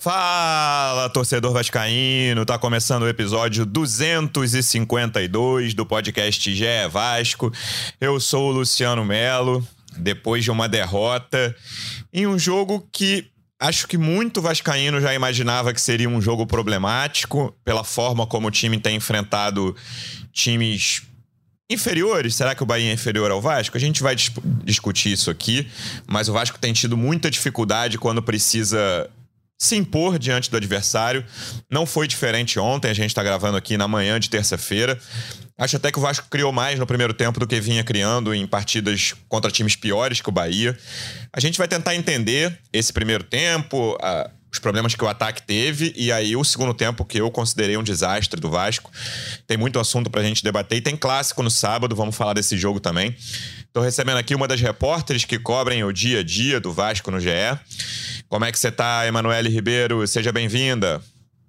Fala, torcedor vascaíno, tá começando o episódio 252 do podcast GE Vasco. Eu sou o Luciano Melo, depois de uma derrota em um jogo que acho que muito vascaíno já imaginava que seria um jogo problemático, pela forma como o time tem enfrentado times inferiores. Será que o Bahia é inferior ao Vasco? A gente vai discutir isso aqui, mas o Vasco tem tido muita dificuldade quando precisa se impor diante do adversário. Não foi diferente ontem, a gente está gravando aqui na manhã de terça-feira. Acho até que o Vasco criou mais no primeiro tempo do que vinha criando em partidas contra times piores que o Bahia. A gente vai tentar entender esse primeiro tempo, os problemas que o ataque teve, e aí o segundo tempo que eu considerei um desastre do Vasco. Tem muito assunto pra gente debater e tem clássico no sábado, vamos falar desse jogo também. Tô recebendo aqui uma das repórteres que cobrem o dia a dia do Vasco no GE. Como é que você tá, Emanuele Ribeiro? Seja bem-vinda.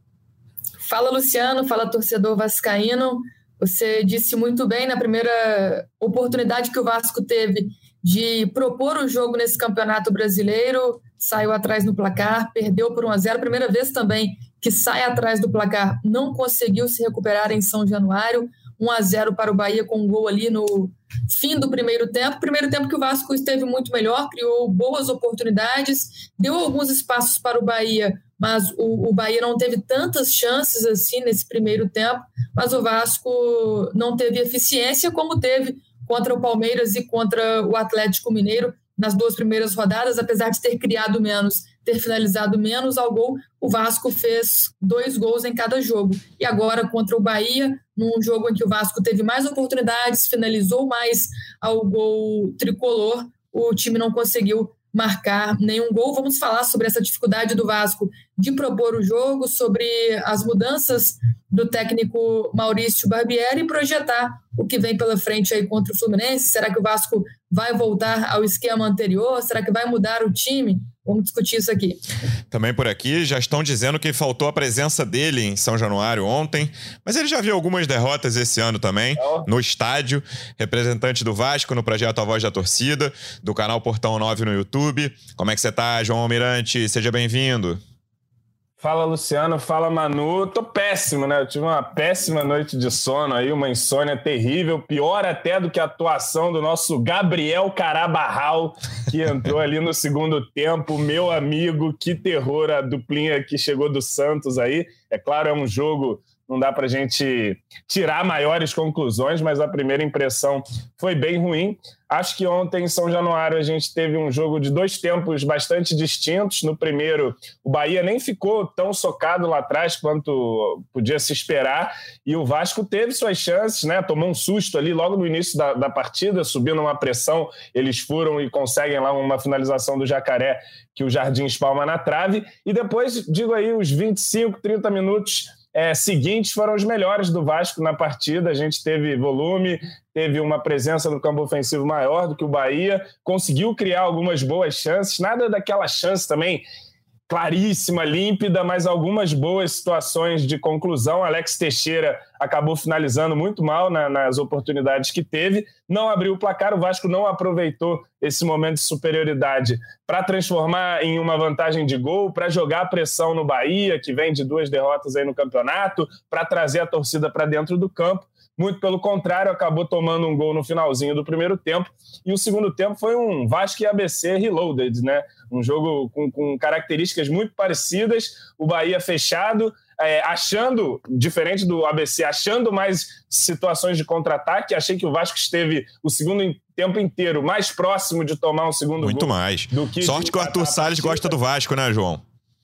Fala, Luciano. Fala, torcedor vascaíno. Você disse muito bem na primeira oportunidade que o Vasco teve de propor o jogo nesse campeonato brasileiro, saiu atrás no placar, perdeu por 1-0. Primeira vez também que sai atrás do placar, não conseguiu se recuperar em São Januário. 1-0 para o Bahia com um gol ali no fim do primeiro tempo. Primeiro tempo que o Vasco esteve muito melhor, criou boas oportunidades, deu alguns espaços para o Bahia, mas o Bahia não teve tantas chances assim nesse primeiro tempo, mas o Vasco não teve eficiência como teve contra o Palmeiras e contra o Atlético Mineiro nas duas primeiras rodadas. Apesar de ter criado menos, ter finalizado menos ao gol, o Vasco fez 2 gols em cada jogo. E agora contra o Bahia, num jogo em que o Vasco teve mais oportunidades, finalizou mais ao gol tricolor, o time não conseguiu marcar nenhum gol. Vamos falar sobre essa dificuldade do Vasco de propor o jogo, sobre as mudanças do técnico Maurício Barbieri e projetar o que vem pela frente aí contra o Fluminense. Será que o Vasco vai voltar ao esquema anterior? Será que vai mudar o time? Vamos discutir isso aqui. Também por aqui já estão dizendo que faltou a presença dele em São Januário ontem, mas ele já viu algumas derrotas esse ano também, no estádio. Representante do Vasco no projeto A Voz da Torcida, do canal Portão 9 no YouTube. Como é que você tá, João Almirante? Seja bem-vindo. Fala, Luciano. Fala, Manu. Tô péssimo, né? Eu tive uma péssima noite de sono aí, uma insônia terrível, pior até do que a atuação do nosso Gabriel Carabarral, que entrou ali no segundo tempo. Meu amigo, que terror a duplinha que chegou do Santos aí. É claro, é um jogo, não dá pra gente tirar maiores conclusões, mas a primeira impressão foi bem ruim. Acho que ontem, em São Januário, a gente teve um jogo de 2 tempos bastante distintos. No primeiro, o Bahia nem ficou tão socado lá atrás quanto podia se esperar, e o Vasco teve suas chances, né? Tomou um susto ali logo no início da partida, subindo uma pressão, eles furam e conseguem lá uma finalização do Jacaré, que o Jardim espalma na trave, e depois, digo aí, os 25, 30 minutos seguintes foram os melhores do Vasco na partida. A gente teve volume, teve uma presença no campo ofensivo maior do que o Bahia, conseguiu criar algumas boas chances, nada daquela chance também claríssima, límpida, mas algumas boas situações de conclusão. Alex Teixeira acabou finalizando muito mal nas oportunidades que teve, não abriu o placar, o Vasco não aproveitou esse momento de superioridade para transformar em uma vantagem de gol, para jogar pressão no Bahia, que vem de 2 derrotas aí no campeonato, para trazer a torcida para dentro do campo. Muito pelo contrário, acabou tomando um gol no finalzinho do primeiro tempo, e o segundo tempo foi um Vasco e ABC reloaded, né? Um jogo com características muito parecidas, o Bahia fechado, achando, diferente do ABC, achando mais situações de contra-ataque. Achei que o Vasco esteve o segundo tempo inteiro mais próximo de tomar um segundo muito gol. Muito mais. Sorte que o Arthur Salles gosta do Vasco, né, João?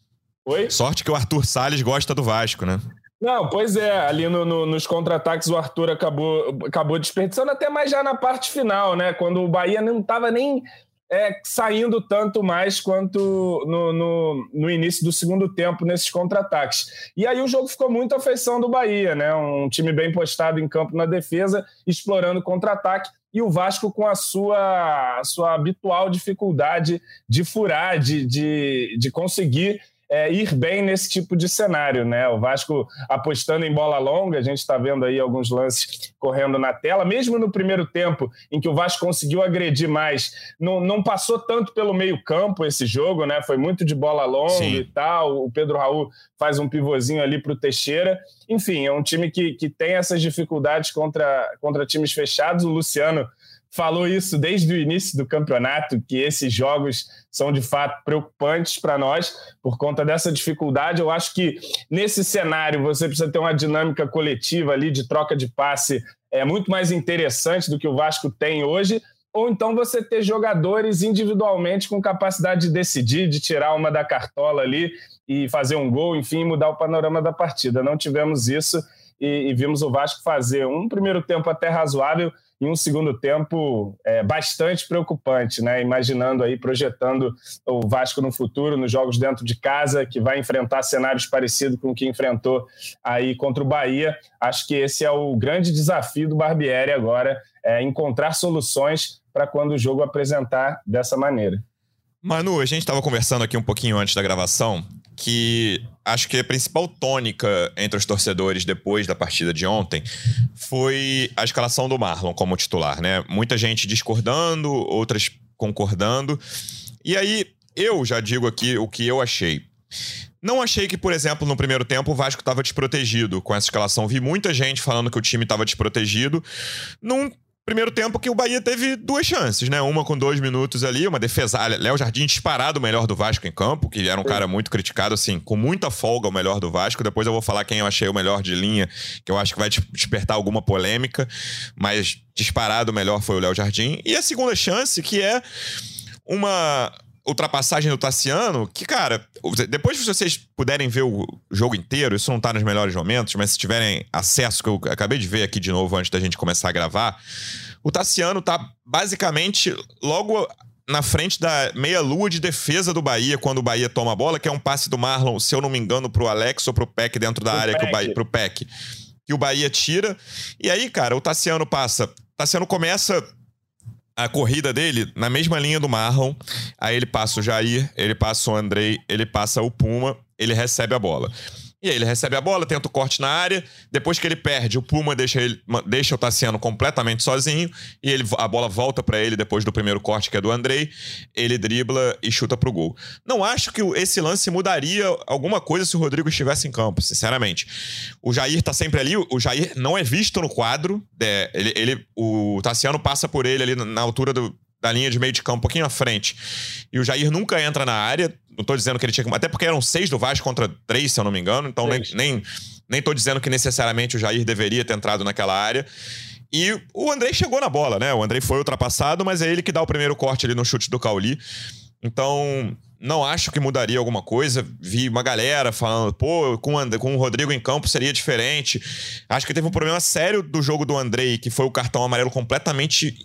Oi? Sorte que o Arthur Salles gosta do Vasco, né? Não, pois é, ali nos contra-ataques o Arthur acabou desperdiçando, até mais já na parte final, né? Quando o Bahia não estava nem saindo tanto mais quanto no início do segundo tempo nesses contra-ataques. E aí o jogo ficou muito à feição do Bahia, né? Um time bem postado em campo na defesa, explorando contra-ataque, e o Vasco com a sua habitual dificuldade de furar, de conseguir ir bem nesse tipo de cenário, né? O Vasco apostando em bola longa, a gente está vendo aí alguns lances correndo na tela, mesmo no primeiro tempo, em que o Vasco conseguiu agredir mais, não passou tanto pelo meio-campo esse jogo, né? Foi muito de bola longa. Sim. E tal. O Pedro Raul faz um pivôzinho ali para o Teixeira. Enfim, é um time que tem essas dificuldades contra times fechados. O Luciano falou isso desde o início do campeonato, que esses jogos são de fato preocupantes para nós por conta dessa dificuldade. Eu acho que nesse cenário você precisa ter uma dinâmica coletiva ali de troca de passe muito mais interessante do que o Vasco tem hoje, ou então você ter jogadores individualmente com capacidade de decidir, de tirar uma da cartola ali e fazer um gol, enfim, mudar o panorama da partida. Não tivemos isso e vimos o Vasco fazer um primeiro tempo até razoável e um segundo tempo bastante preocupante, né? Imaginando aí, projetando o Vasco no futuro, nos jogos dentro de casa, que vai enfrentar cenários parecidos com o que enfrentou aí contra o Bahia. Acho que esse é o grande desafio do Barbieri agora, encontrar soluções para quando o jogo apresentar dessa maneira. Manu, a gente estava conversando aqui um pouquinho antes da gravação que acho que a principal tônica entre os torcedores depois da partida de ontem foi a escalação do Marlon como titular, né? Muita gente discordando, outras concordando. E aí, eu já digo aqui o que eu achei. Não achei que, por exemplo, no primeiro tempo o Vasco estava desprotegido com essa escalação. Vi muita gente falando que o time estava desprotegido. Num primeiro tempo que o Bahia teve duas chances, né? Uma com 2 minutos ali, uma defesa. Léo Jardim disparado o melhor do Vasco em campo, que era um cara muito criticado, assim, com muita folga o melhor do Vasco. Depois eu vou falar quem eu achei o melhor de linha, que eu acho que vai despertar alguma polêmica, mas disparado o melhor foi o Léo Jardim. E a segunda chance, que é uma ultrapassagem do Tassiano, que, cara, depois se vocês puderem ver o jogo inteiro, isso não tá nos melhores momentos, mas se tiverem acesso, que eu acabei de ver aqui de novo antes da gente começar a gravar, o Tassiano tá basicamente logo na frente da meia-lua de defesa do Bahia, quando o Bahia toma a bola, que é um passe do Marlon, se eu não me engano, pro Alex ou pro Peck dentro da área, pro Peck, que o Bahia tira. E aí, cara, o Tassiano começa a corrida dele na mesma linha do Marlon, aí ele passa o Jair, ele passa o Andrei, ele passa o Puma, ele recebe a bola. E aí ele recebe a bola, tenta o corte na área, depois que ele perde, o Puma deixa o Tassiano completamente sozinho, e a bola volta pra ele depois do primeiro corte, que é do Andrei, ele dribla e chuta pro gol. Não acho que esse lance mudaria alguma coisa se o Rodrigo estivesse em campo, sinceramente. O Jair tá sempre ali, o Jair não é visto no quadro, o Tassiano passa por ele ali na altura da linha de meio de campo, um pouquinho à frente. E o Jair nunca entra na área. Não tô dizendo que ele tinha que... Até porque eram 6 do Vasco contra 3, se eu não me engano. Então nem tô dizendo que necessariamente o Jair deveria ter entrado naquela área. E o Andrei chegou na bola, né? O Andrei foi ultrapassado, mas é ele que dá o primeiro corte ali no chute do Cauli. Então, não acho que mudaria alguma coisa. Vi uma galera falando, pô, com o Rodrigo em campo seria diferente. Acho que teve um problema sério do jogo do Andrei, que foi o cartão amarelo completamente...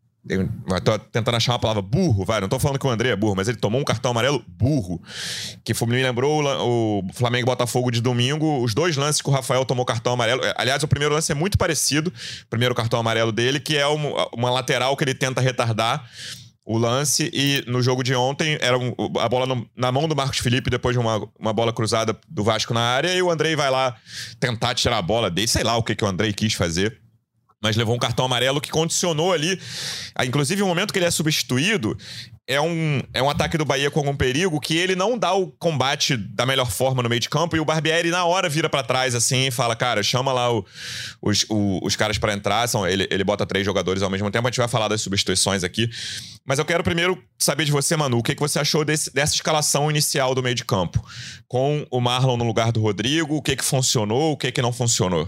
tô tentando achar uma palavra, burro, vai, não tô falando que o André é burro, mas ele tomou um cartão amarelo burro, que me lembrou o Flamengo e Botafogo de domingo, os 2 lances que o Rafael tomou cartão amarelo. Aliás, o primeiro lance é muito parecido, o primeiro cartão amarelo dele, que é uma lateral que ele tenta retardar o lance, e no jogo de ontem era a bola na mão do Marcos Felipe depois de uma bola cruzada do Vasco na área, e o Andrei vai lá tentar tirar a bola dele, sei lá o que o Andrei quis fazer, mas levou um cartão amarelo que condicionou ali. Inclusive, o momento que ele é substituído é um ataque do Bahia com algum perigo, que ele não dá o combate da melhor forma no meio de campo, e o Barbieri na hora vira pra trás assim e fala, cara, chama lá os caras pra entrar. Ele bota 3 jogadores ao mesmo tempo. A gente vai falar das substituições aqui, mas eu quero primeiro saber de você, Manu, o que você achou dessa escalação inicial do meio de campo, com o Marlon no lugar do Rodrigo, o que funcionou, o que não funcionou?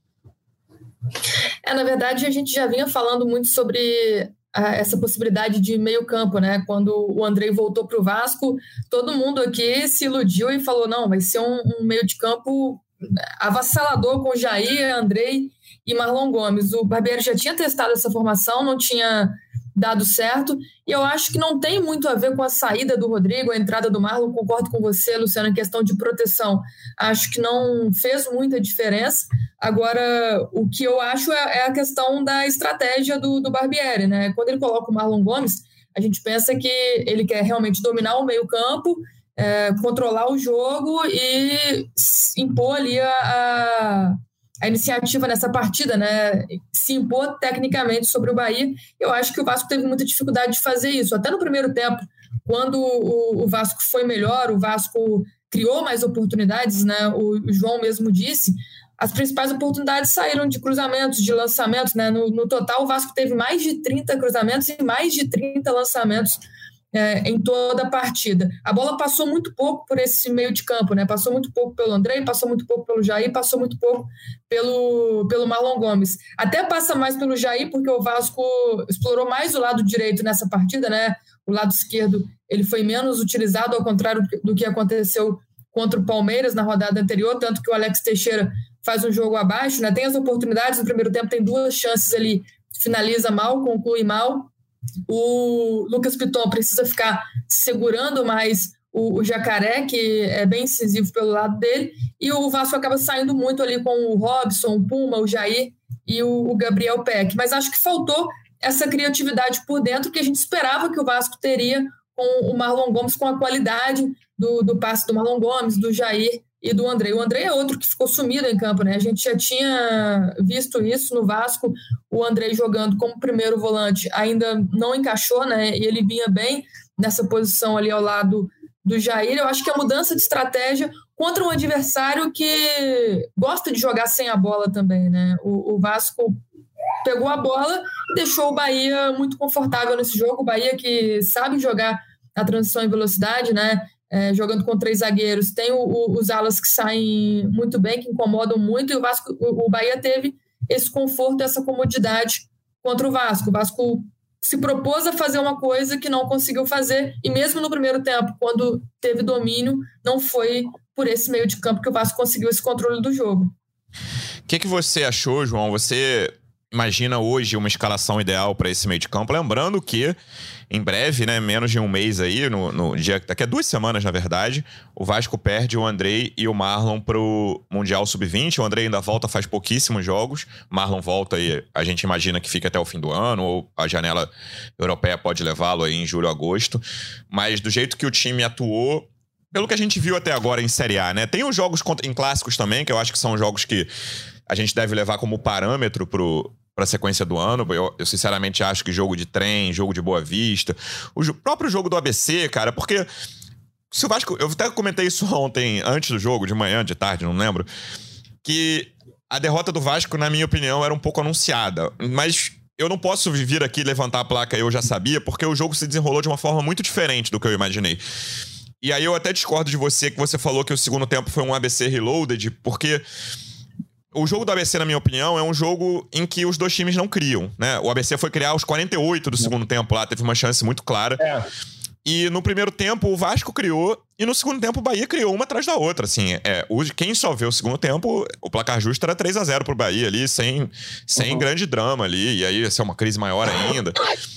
Na verdade, a gente já vinha falando muito sobre essa possibilidade de meio campo, né? Quando o Andrei voltou para o Vasco, todo mundo aqui se iludiu e falou, não, vai ser um meio de campo avassalador com Jair, Andrei e Marlon Gomes. O Barbieri já tinha testado essa formação, não tinha dado certo, e eu acho que não tem muito a ver com a saída do Rodrigo, a entrada do Marlon. Concordo com você, Luciano, em questão de proteção, acho que não fez muita diferença. Agora, o que eu acho é a questão da estratégia do Barbieri, né? Quando ele coloca o Marlon Gomes, a gente pensa que ele quer realmente dominar o meio campo controlar o jogo e impor ali a iniciativa nessa partida, né? Se impor tecnicamente sobre o Bahia. Eu acho que o Vasco teve muita dificuldade de fazer isso. Até no primeiro tempo, quando o Vasco foi melhor, o Vasco criou mais oportunidades, né? O João mesmo disse, as principais oportunidades saíram de cruzamentos, de lançamentos, né? No total, o Vasco teve mais de 30 cruzamentos e mais de 30 lançamentos em toda a partida. A bola passou muito pouco por esse meio de campo, né? Passou muito pouco pelo Andrei, passou muito pouco pelo Jair, passou muito pouco pelo Marlon Gomes. Até passa mais pelo Jair, porque o Vasco explorou mais o lado direito nessa partida, né? O lado esquerdo ele foi menos utilizado, ao contrário do que aconteceu contra o Palmeiras na rodada anterior, tanto que o Alex Teixeira faz um jogo abaixo, né? Tem as oportunidades, no primeiro tempo tem 2 chances ali, finaliza mal, conclui mal. O Lucas Piton precisa ficar segurando mais o Jacaré, que é bem incisivo pelo lado dele, e o Vasco acaba saindo muito ali com o Robson, o Puma, o Jair e o Gabriel Peck. Mas acho que faltou essa criatividade por dentro que a gente esperava que o Vasco teria com o Marlon Gomes, com a qualidade do passe do Marlon Gomes, do Jair e do Andrei. O Andrei é outro que ficou sumido em campo, né? A gente já tinha visto isso no Vasco, o Andrei jogando como primeiro volante ainda não encaixou, né? E ele vinha bem nessa posição ali ao lado do Jair. Eu acho que a mudança de estratégia contra um adversário que gosta de jogar sem a bola também, né? O Vasco pegou a bola e deixou o Bahia muito confortável nesse jogo. O Bahia que sabe jogar a transição em velocidade, né? Jogando com 3 zagueiros, tem os alas que saem muito bem, que incomodam muito, e o Bahia teve esse conforto, essa comodidade contra o Vasco. O Vasco se propôs a fazer uma coisa que não conseguiu fazer, e mesmo no primeiro tempo, quando teve domínio, não foi por esse meio de campo que o Vasco conseguiu esse controle do jogo. O que você achou, João? Você imagina hoje uma escalação ideal para esse meio de campo? Lembrando que em breve, né, menos de um mês aí, no dia, daqui a 2 semanas, na verdade, o Vasco perde o Andrei e o Marlon pro Mundial Sub-20. O Andrei ainda volta, faz pouquíssimos jogos. Marlon volta e a gente imagina que fica até o fim do ano, ou a janela europeia pode levá-lo aí em julho, agosto. Mas do jeito que o time atuou, pelo que a gente viu até agora em Série A, né? Tem os jogos em clássicos também, que eu acho que são jogos que a gente deve levar como parâmetro para a sequência do ano. Eu sinceramente acho que jogo de trem, jogo de Boa Vista, o próprio jogo do ABC, cara, porque se o Vasco... Eu até comentei isso ontem, antes do jogo, de manhã, de tarde, não lembro, que a derrota do Vasco, na minha opinião, era um pouco anunciada. Mas eu não posso vir aqui levantar a placa, eu já sabia, porque o jogo se desenrolou de uma forma muito diferente do que eu imaginei. E aí eu até discordo de você, que você falou que o segundo tempo foi um ABC reloaded, porque o jogo do ABC, na minha opinião, é um jogo em que os 2 times não criam, né? O ABC foi criar aos 48 do segundo tempo lá, teve uma chance muito clara. E no primeiro tempo o Vasco criou, e no segundo tempo o Bahia criou uma atrás da outra, assim. Quem só vê o segundo tempo, o placar justo era 3-0 pro Bahia ali, sem grande drama ali, e aí ia ser uma crise maior ainda.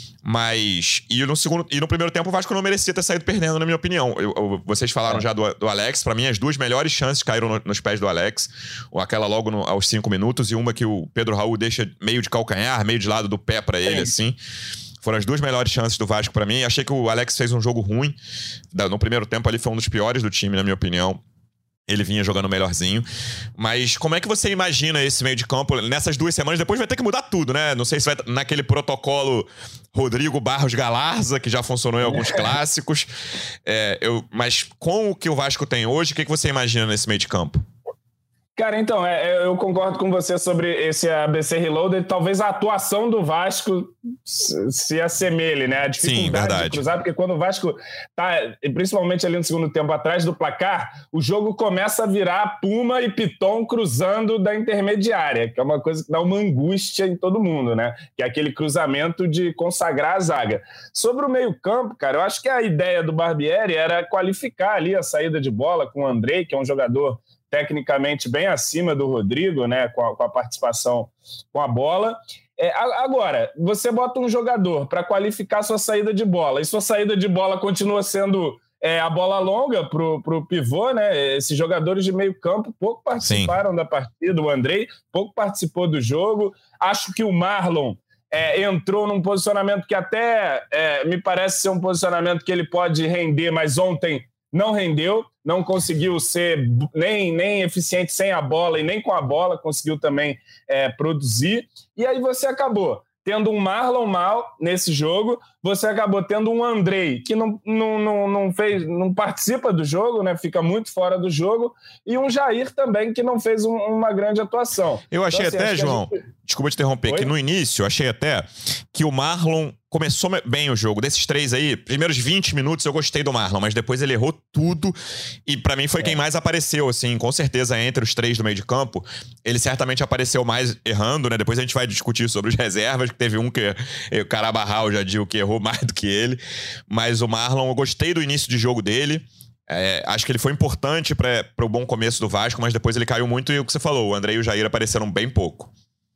Mas... E no primeiro tempo o Vasco não merecia ter saído perdendo, na minha opinião. Vocês falaram já do Alex. Pra mim, as 2 melhores chances caíram nos pés do Alex. Aquela logo aos 5 minutos, e uma que o Pedro Raul deixa meio de calcanhar, meio de lado do pé pra ele, assim. Foram as 2 melhores chances do Vasco pra mim. Achei que o Alex fez um jogo ruim. No primeiro tempo ali foi um dos piores do time, na minha opinião. Ele vinha jogando melhorzinho. Mas como é que você imagina esse meio de campo nessas 2 semanas? Depois vai ter que mudar tudo, né? Não sei se vai naquele protocolo Rodrigo Barros Galarza, que já funcionou em alguns clássicos. Mas com o que o Vasco tem hoje, o que você imagina nesse meio de campo? Cara, então, eu concordo com você sobre esse ABC Reloaded. Talvez a atuação do Vasco se assemelhe, né? A dificuldade de cruzar, porque quando o Vasco tá, principalmente ali no segundo tempo, atrás do placar, o jogo começa a virar Puma e Piton cruzando da intermediária, que é uma coisa que dá uma angústia em todo mundo, né? Que é aquele cruzamento de consagrar a zaga. Sobre o meio-campo, cara, eu acho que a ideia do Barbieri era qualificar ali a saída de bola com o Andrei, que é um jogador tecnicamente bem acima do Rodrigo, né, com a participação com a bola. Agora, você bota um jogador para qualificar sua saída de bola, e sua saída de bola continua sendo a bola longa para o pivô, né? Esses jogadores de meio campo pouco participaram da partida. O Andrei pouco participou do jogo. Acho que o Marlon entrou num posicionamento que até me parece ser um posicionamento que ele pode render, mas ontem não rendeu, não conseguiu ser nem eficiente sem a bola e nem com a bola, conseguiu também produzir. E aí você acabou tendo um Marlon mal nesse jogo, você acabou tendo um Andrei que não participa do jogo, né? Fica muito fora do jogo, e um Jair também que não fez uma grande atuação. Eu achei então, assim, João, desculpa te interromper, que no início eu achei até que o Marlon começou bem o jogo. Desses três aí, primeiros 20 minutos eu gostei do Marlon, mas depois ele errou tudo e pra mim foi quem mais apareceu, assim, com certeza entre os três do meio de campo, ele certamente apareceu mais errando, né? Depois a gente vai discutir sobre os reservas, que teve um que o Carabarral já digo que errou mais do que ele, mas o Marlon, eu gostei do início de jogo dele. Acho que ele foi importante para o bom começo do Vasco, mas depois ele caiu muito e o que você falou, o André e o Jair apareceram bem pouco.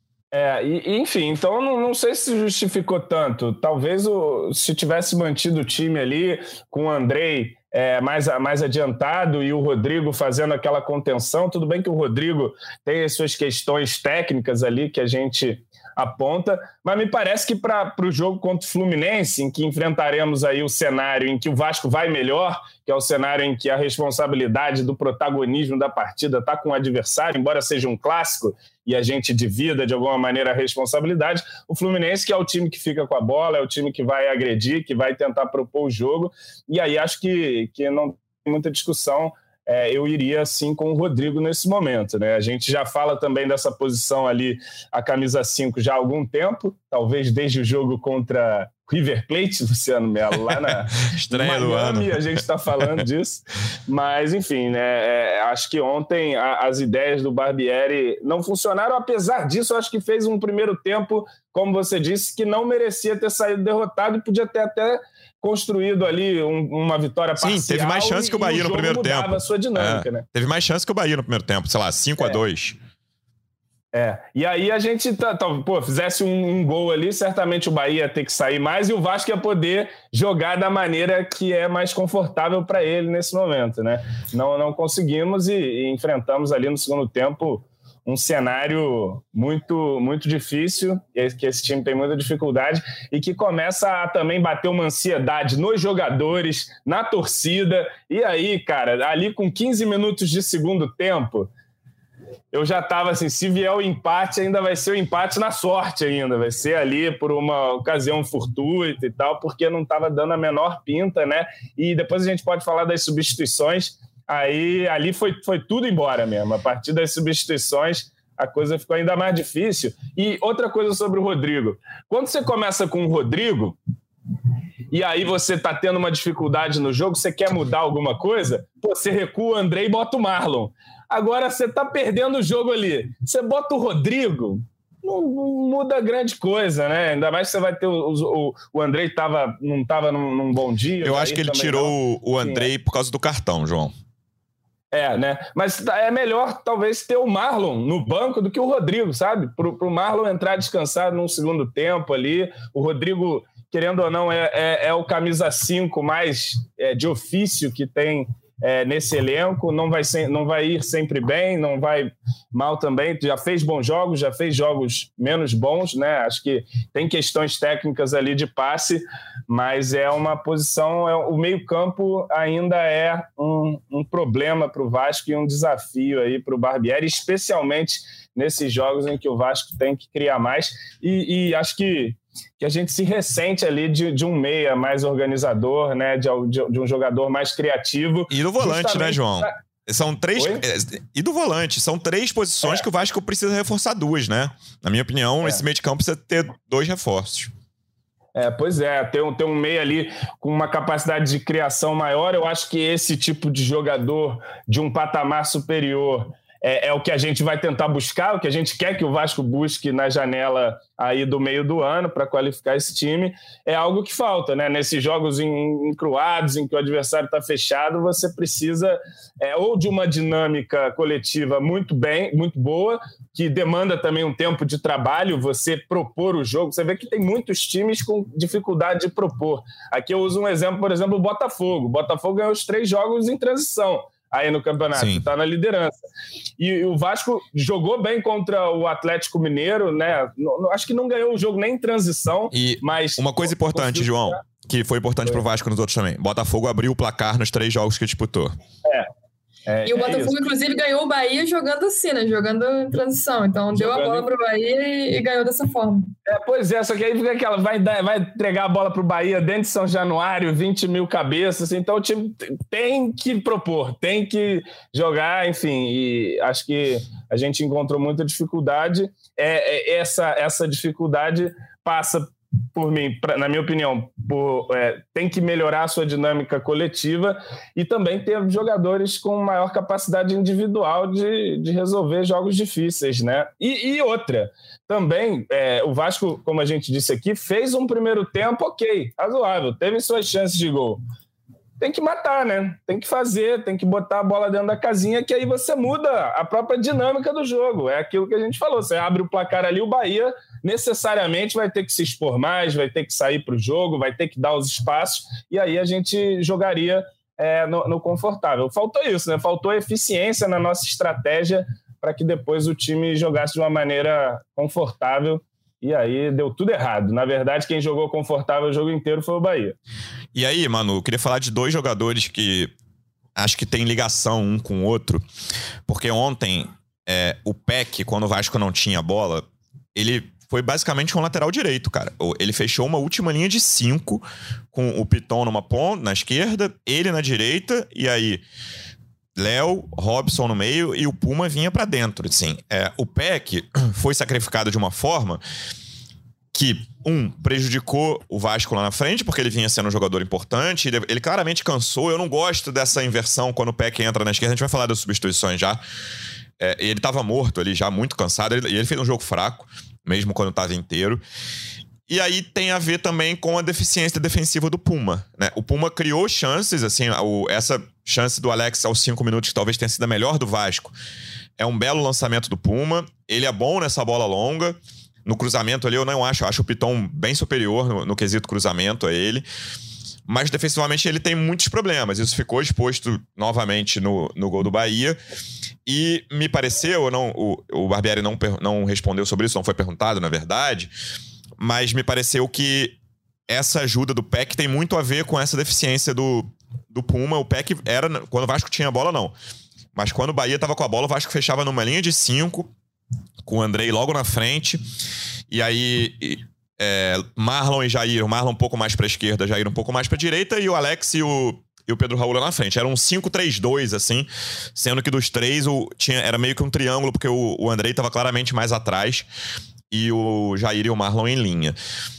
Enfim, então não sei se justificou tanto. Talvez se tivesse mantido o time ali com o Andrei mais adiantado e o Rodrigo fazendo aquela contenção, tudo bem que o Rodrigo tem as suas questões técnicas ali que a gente aponta, mas me parece que para o jogo contra o Fluminense, em que enfrentaremos aí o cenário em que o Vasco vai melhor, que é o cenário em que a responsabilidade do protagonismo da partida está com o adversário, embora seja um clássico e a gente divida de alguma maneira a responsabilidade, o Fluminense, que é o time que fica com a bola, é o time que vai agredir, que vai tentar propor o jogo, e aí acho que não tem muita discussão. Eu iria sim com o Rodrigo nesse momento, né? A gente já fala também dessa posição ali, a camisa 5 já há algum tempo, talvez desde o jogo contra River Plate, Luciano Melo, lá na estreia do ano. A gente está falando disso, mas enfim, né? Acho que ontem as ideias do Barbieri não funcionaram, apesar disso, acho que fez um primeiro tempo, como você disse, que não merecia ter saído derrotado e podia ter até construído ali uma vitória parcial. Sim, teve mais chance que o Bahia no primeiro tempo. A sua dinâmica, né? Teve mais chance que o Bahia no primeiro tempo, sei lá, 5-2. E aí a gente, fizesse um gol ali, certamente o Bahia ia ter que sair mais e o Vasco ia poder jogar da maneira que é mais confortável para ele nesse momento, né? Não conseguimos e enfrentamos ali no segundo tempo um cenário muito, muito difícil, que esse time tem muita dificuldade e que começa a também bater uma ansiedade nos jogadores, na torcida. E aí, cara, ali com 15 minutos de segundo tempo, eu já estava assim, se vier o empate, ainda vai ser o empate na sorte ainda, vai ser ali por uma ocasião fortuita e tal, porque não estava dando a menor pinta, né? E depois a gente pode falar das substituições. Aí ali foi tudo embora mesmo. A partir das substituições, a coisa ficou ainda mais difícil. E outra coisa sobre o Rodrigo. Quando você começa com o Rodrigo, e aí você tá tendo uma dificuldade no jogo, você quer mudar alguma coisa, você recua o André e bota o Marlon. Agora você tá perdendo o jogo ali. Você bota o Rodrigo, não muda grande coisa, né? Ainda mais que você vai ter o André não estava num bom dia. Eu acho que ele tirou o André por causa do cartão, João. Né? Mas é melhor, talvez, ter o Marlon no banco do que o Rodrigo, sabe? Pro Marlon entrar descansado num segundo tempo ali. O Rodrigo, querendo ou não, é o camisa 5 mais de ofício que tem nesse elenco. Não vai ir sempre bem, não vai mal também. Já fez bons jogos, já fez jogos menos bons, né? Acho que tem questões técnicas ali de passe, mas é uma posição... o meio-campo ainda é um problema para o Vasco e um desafio aí para o Barbieri, especialmente nesses jogos em que o Vasco tem que criar mais. E acho que a gente se ressente ali de um meia mais organizador, né? De um jogador mais criativo. E do volante, né, João? São três. E do volante, são 3 posições que o Vasco precisa reforçar 2, né? Na minha opinião, esse meio de campo precisa ter 2 reforços. Pois é, ter um meia ali com uma capacidade de criação maior. Eu acho que esse tipo de jogador de um patamar superior é o que a gente vai tentar buscar, o que a gente quer que o Vasco busque na janela aí do meio do ano para qualificar esse time. É algo que falta, né? Nesses jogos encruados, em que o adversário está fechado, você precisa ou de uma dinâmica coletiva muito boa, que demanda também um tempo de trabalho, você propor o jogo. Você vê que tem muitos times com dificuldade de propor. Aqui eu uso um exemplo, por exemplo, o Botafogo. O Botafogo ganhou os 3 jogos em transição aí no campeonato, está na liderança. E o Vasco jogou bem contra o Atlético Mineiro, né? Acho que não ganhou o jogo nem em transição. Mas uma coisa importante, João, que foi importante pro Vasco nos outros também. Botafogo abriu o placar nos 3 jogos que disputou. E o Botafogo, inclusive, ganhou o Bahia jogando assim, né? Jogando em transição. Então, deu a bola pro Bahia e ganhou dessa forma. Pois é, só que aí fica aquela... Vai entregar a bola pro Bahia dentro de São Januário, 20 mil cabeças. Então, o time tem que propor, tem que jogar, enfim. E acho que a gente encontrou muita dificuldade. Essa dificuldade passa... por mim, na minha opinião, tem que melhorar a sua dinâmica coletiva e também ter jogadores com maior capacidade individual de resolver jogos difíceis, né? E outra, também, o Vasco, como a gente disse aqui, fez um primeiro tempo razoável, teve suas chances de gol. Tem que matar, né? Tem que fazer, tem que botar a bola dentro da casinha, que aí você muda a própria dinâmica do jogo. É aquilo que a gente falou, você abre o placar ali, o Bahia necessariamente vai ter que se expor mais, vai ter que sair para o jogo, vai ter que dar os espaços, e aí a gente jogaria no confortável. Faltou isso, né? Faltou eficiência na nossa estratégia para que depois o time jogasse de uma maneira confortável, e aí deu tudo errado. Na verdade, quem jogou confortável o jogo inteiro foi o Bahia. E aí, Manu, eu queria falar de 2 jogadores que acho que tem ligação um com o outro, porque ontem o Peck, quando o Vasco não tinha bola, ele foi basicamente um lateral direito, cara. Ele fechou uma última linha de 5 com o Piton numa ponta, na esquerda, ele na direita, e aí Léo, Robson no meio e o Puma vinha pra dentro, assim. O Peck foi sacrificado de uma forma que, prejudicou o Vasco lá na frente, porque ele vinha sendo um jogador importante, ele claramente cansou. Eu não gosto dessa inversão quando o Peck entra na esquerda, a gente vai falar das substituições já. Ele tava morto ali já, muito cansado, e ele fez um jogo fraco, mesmo quando estava inteiro. E aí tem a ver também com a deficiência defensiva do Puma, né? O Puma criou chances, assim, essa chance do Alex aos 5 minutos, que talvez tenha sido a melhor do Vasco. É um belo lançamento do Puma, ele é bom nessa bola longa. No cruzamento ali eu não acho o Piton bem superior no quesito cruzamento a ele. Mas defensivamente ele tem muitos problemas. Isso ficou exposto novamente no gol do Bahia. E me pareceu, o Barbieri não respondeu sobre isso, não foi perguntado, na verdade, mas me pareceu que essa ajuda do Peck tem muito a ver com essa deficiência do Puma. O Peck era, quando o Vasco tinha a bola, não. Mas quando o Bahia estava com a bola, o Vasco fechava numa linha de 5, com o Andrei logo na frente. E aí... Marlon e Jair, o Marlon um pouco mais pra esquerda, Jair um pouco mais pra direita, e o Alex e o Pedro Raul lá na frente. Era um 5-3-2, assim, sendo que dos 3 era meio que um triângulo, porque o Andrei tava claramente mais atrás e o Jair e o Marlon em linha.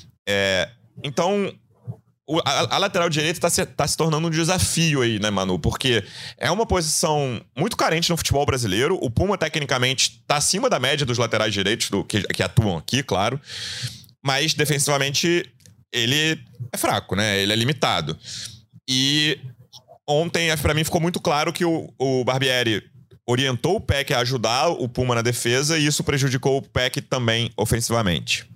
Então, a lateral direita tá se tornando um desafio aí, né, Manu? Porque é uma posição muito carente no futebol brasileiro. O Puma, tecnicamente, tá acima da média dos laterais direitos que atuam aqui, claro. Mas, defensivamente, ele é fraco, né? Ele é limitado. E ontem, pra mim, ficou muito claro que o Barbieri orientou o Peck a ajudar o Puma na defesa e isso prejudicou o Peck também ofensivamente.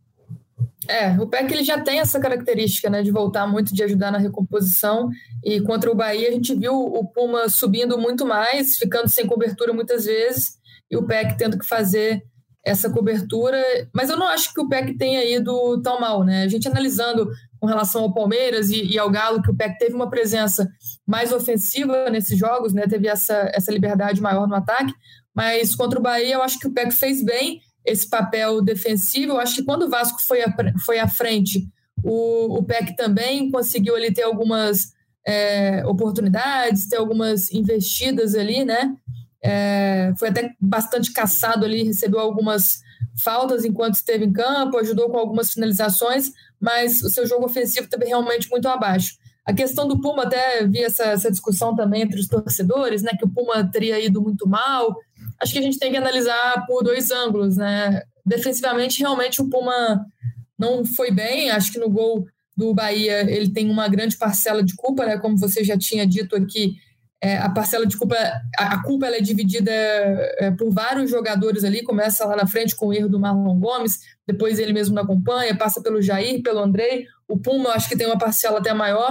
O Peck ele já tem essa característica, né, de voltar muito, de ajudar na recomposição. E contra o Bahia, a gente viu o Puma subindo muito mais, ficando sem cobertura muitas vezes, e o Peck tendo que fazer essa cobertura, mas eu não acho que o Peck tenha ido tão mal, né? A gente analisando com relação ao Palmeiras e ao Galo, que o Peck teve uma presença mais ofensiva nesses jogos, né? Teve essa liberdade maior no ataque, mas contra o Bahia eu acho que o Peck fez bem esse papel defensivo. Eu acho que quando o Vasco foi à frente, o Peck também conseguiu ali ter algumas oportunidades, ter algumas investidas ali, né? Foi até bastante caçado ali, recebeu algumas faltas enquanto esteve em campo, ajudou com algumas finalizações, mas o seu jogo ofensivo também realmente muito abaixo. A questão do Puma, até vi essa discussão também entre os torcedores, né, que o Puma teria ido muito mal. Acho que a gente tem que analisar por 2 ângulos, né? Defensivamente, realmente o Puma não foi bem. Acho que no gol do Bahia ele tem uma grande parcela de culpa, né? Como você já tinha dito aqui, a parcela de culpa, a culpa ela é dividida por vários jogadores ali. Começa lá na frente com o erro do Marlon Gomes, depois ele mesmo não acompanha, passa pelo Jair, pelo Andrei. O Puma, acho que tem uma parcela até maior,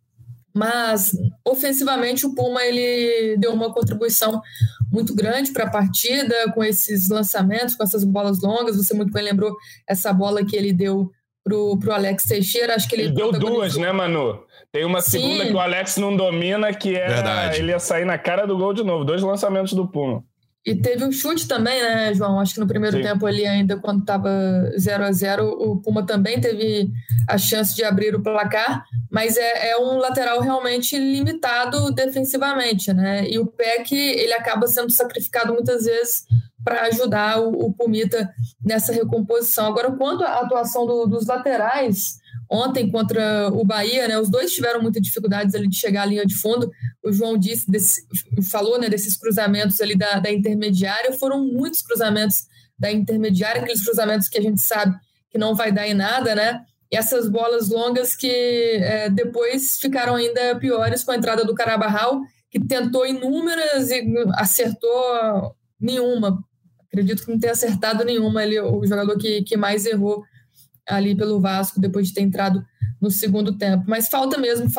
mas ofensivamente o Puma ele deu uma contribuição muito grande para a partida, com esses lançamentos, com essas bolas longas. Você muito bem lembrou essa bola que ele deu pro Alex Teixeira. Acho que ele deu duas, né, Manu? Tem uma segunda que o Alex não domina, que ele ia sair na cara do gol de novo. 2 lançamentos do Puma. E teve um chute também, né, João? Acho que no primeiro tempo ali, ainda quando estava 0-0, o Puma também teve a chance de abrir o placar, mas é um lateral realmente limitado defensivamente, né? E o Peck, ele acaba sendo sacrificado muitas vezes para ajudar o Pumita nessa recomposição. Agora, quanto à atuação dos laterais, ontem contra o Bahia, né, os dois tiveram muitas dificuldades ali de chegar à linha de fundo. O João falou, né, desses cruzamentos ali da intermediária. Foram muitos cruzamentos da intermediária, aqueles cruzamentos que a gente sabe que não vai dar em nada, né? E essas bolas longas que depois ficaram ainda piores com a entrada do Carabarral, que tentou inúmeras e acertou nenhuma. Acredito que não tenha acertado nenhuma. Ele, o jogador que mais errou ali pelo Vasco, depois de ter entrado no segundo tempo. Mas falta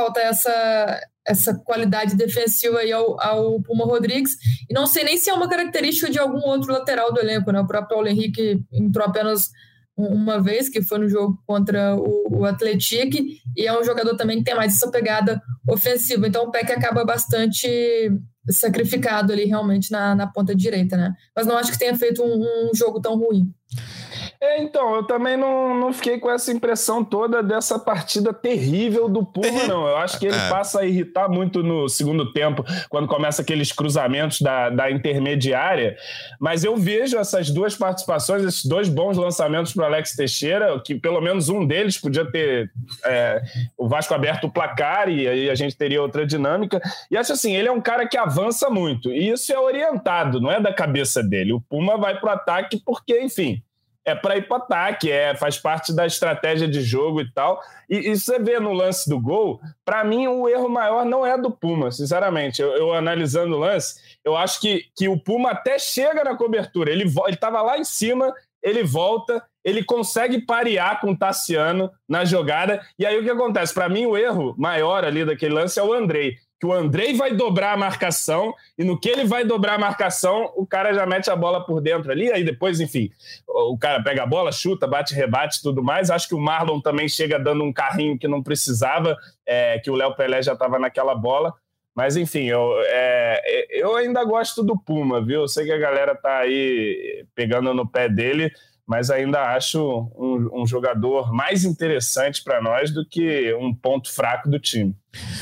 essa qualidade defensiva aí ao Puma Rodrigues. E não sei nem se é uma característica de algum outro lateral do elenco, né? O próprio Paulo Henrique entrou apenas uma vez, que foi no jogo contra o Atlético, e é um jogador também que tem mais essa pegada ofensiva. Então o Peck acaba bastante sacrificado ali realmente na ponta direita, né? Mas não acho que tenha feito um jogo tão ruim. Então, eu também não fiquei com essa impressão toda dessa partida terrível do Puma, não. Eu acho que ele passa a irritar muito no segundo tempo, quando começa aqueles cruzamentos da intermediária, mas eu vejo essas 2 participações, esses 2 bons lançamentos para o Alex Teixeira, que pelo menos um deles podia ter o Vasco aberto o placar e aí a gente teria outra dinâmica, e acho assim, ele é um cara que avança muito, e isso é orientado, não é da cabeça dele. O Puma vai para o ataque porque, enfim, é para ir para o ataque, faz parte da estratégia de jogo e tal. E você vê no lance do gol, para mim o erro maior não é do Puma, sinceramente. Eu analisando o lance, eu acho que o Puma até chega na cobertura. Ele estava lá em cima, ele volta, ele consegue parear com o Tassiano na jogada. E aí o que acontece? Para mim o erro maior ali daquele lance é o Andrei. Que o Andrei vai dobrar a marcação, e no que ele vai dobrar a marcação, o cara já mete a bola por dentro ali, aí depois, enfim, o cara pega a bola, chuta, bate, rebate e tudo mais. Acho que o Marlon também chega dando um carrinho que não precisava, que o Léo Pelé já estava naquela bola. Mas, enfim, eu ainda gosto do Puma, viu? Eu sei que a galera tá aí pegando no pé dele, mas ainda acho um jogador mais interessante para nós do que um ponto fraco do time.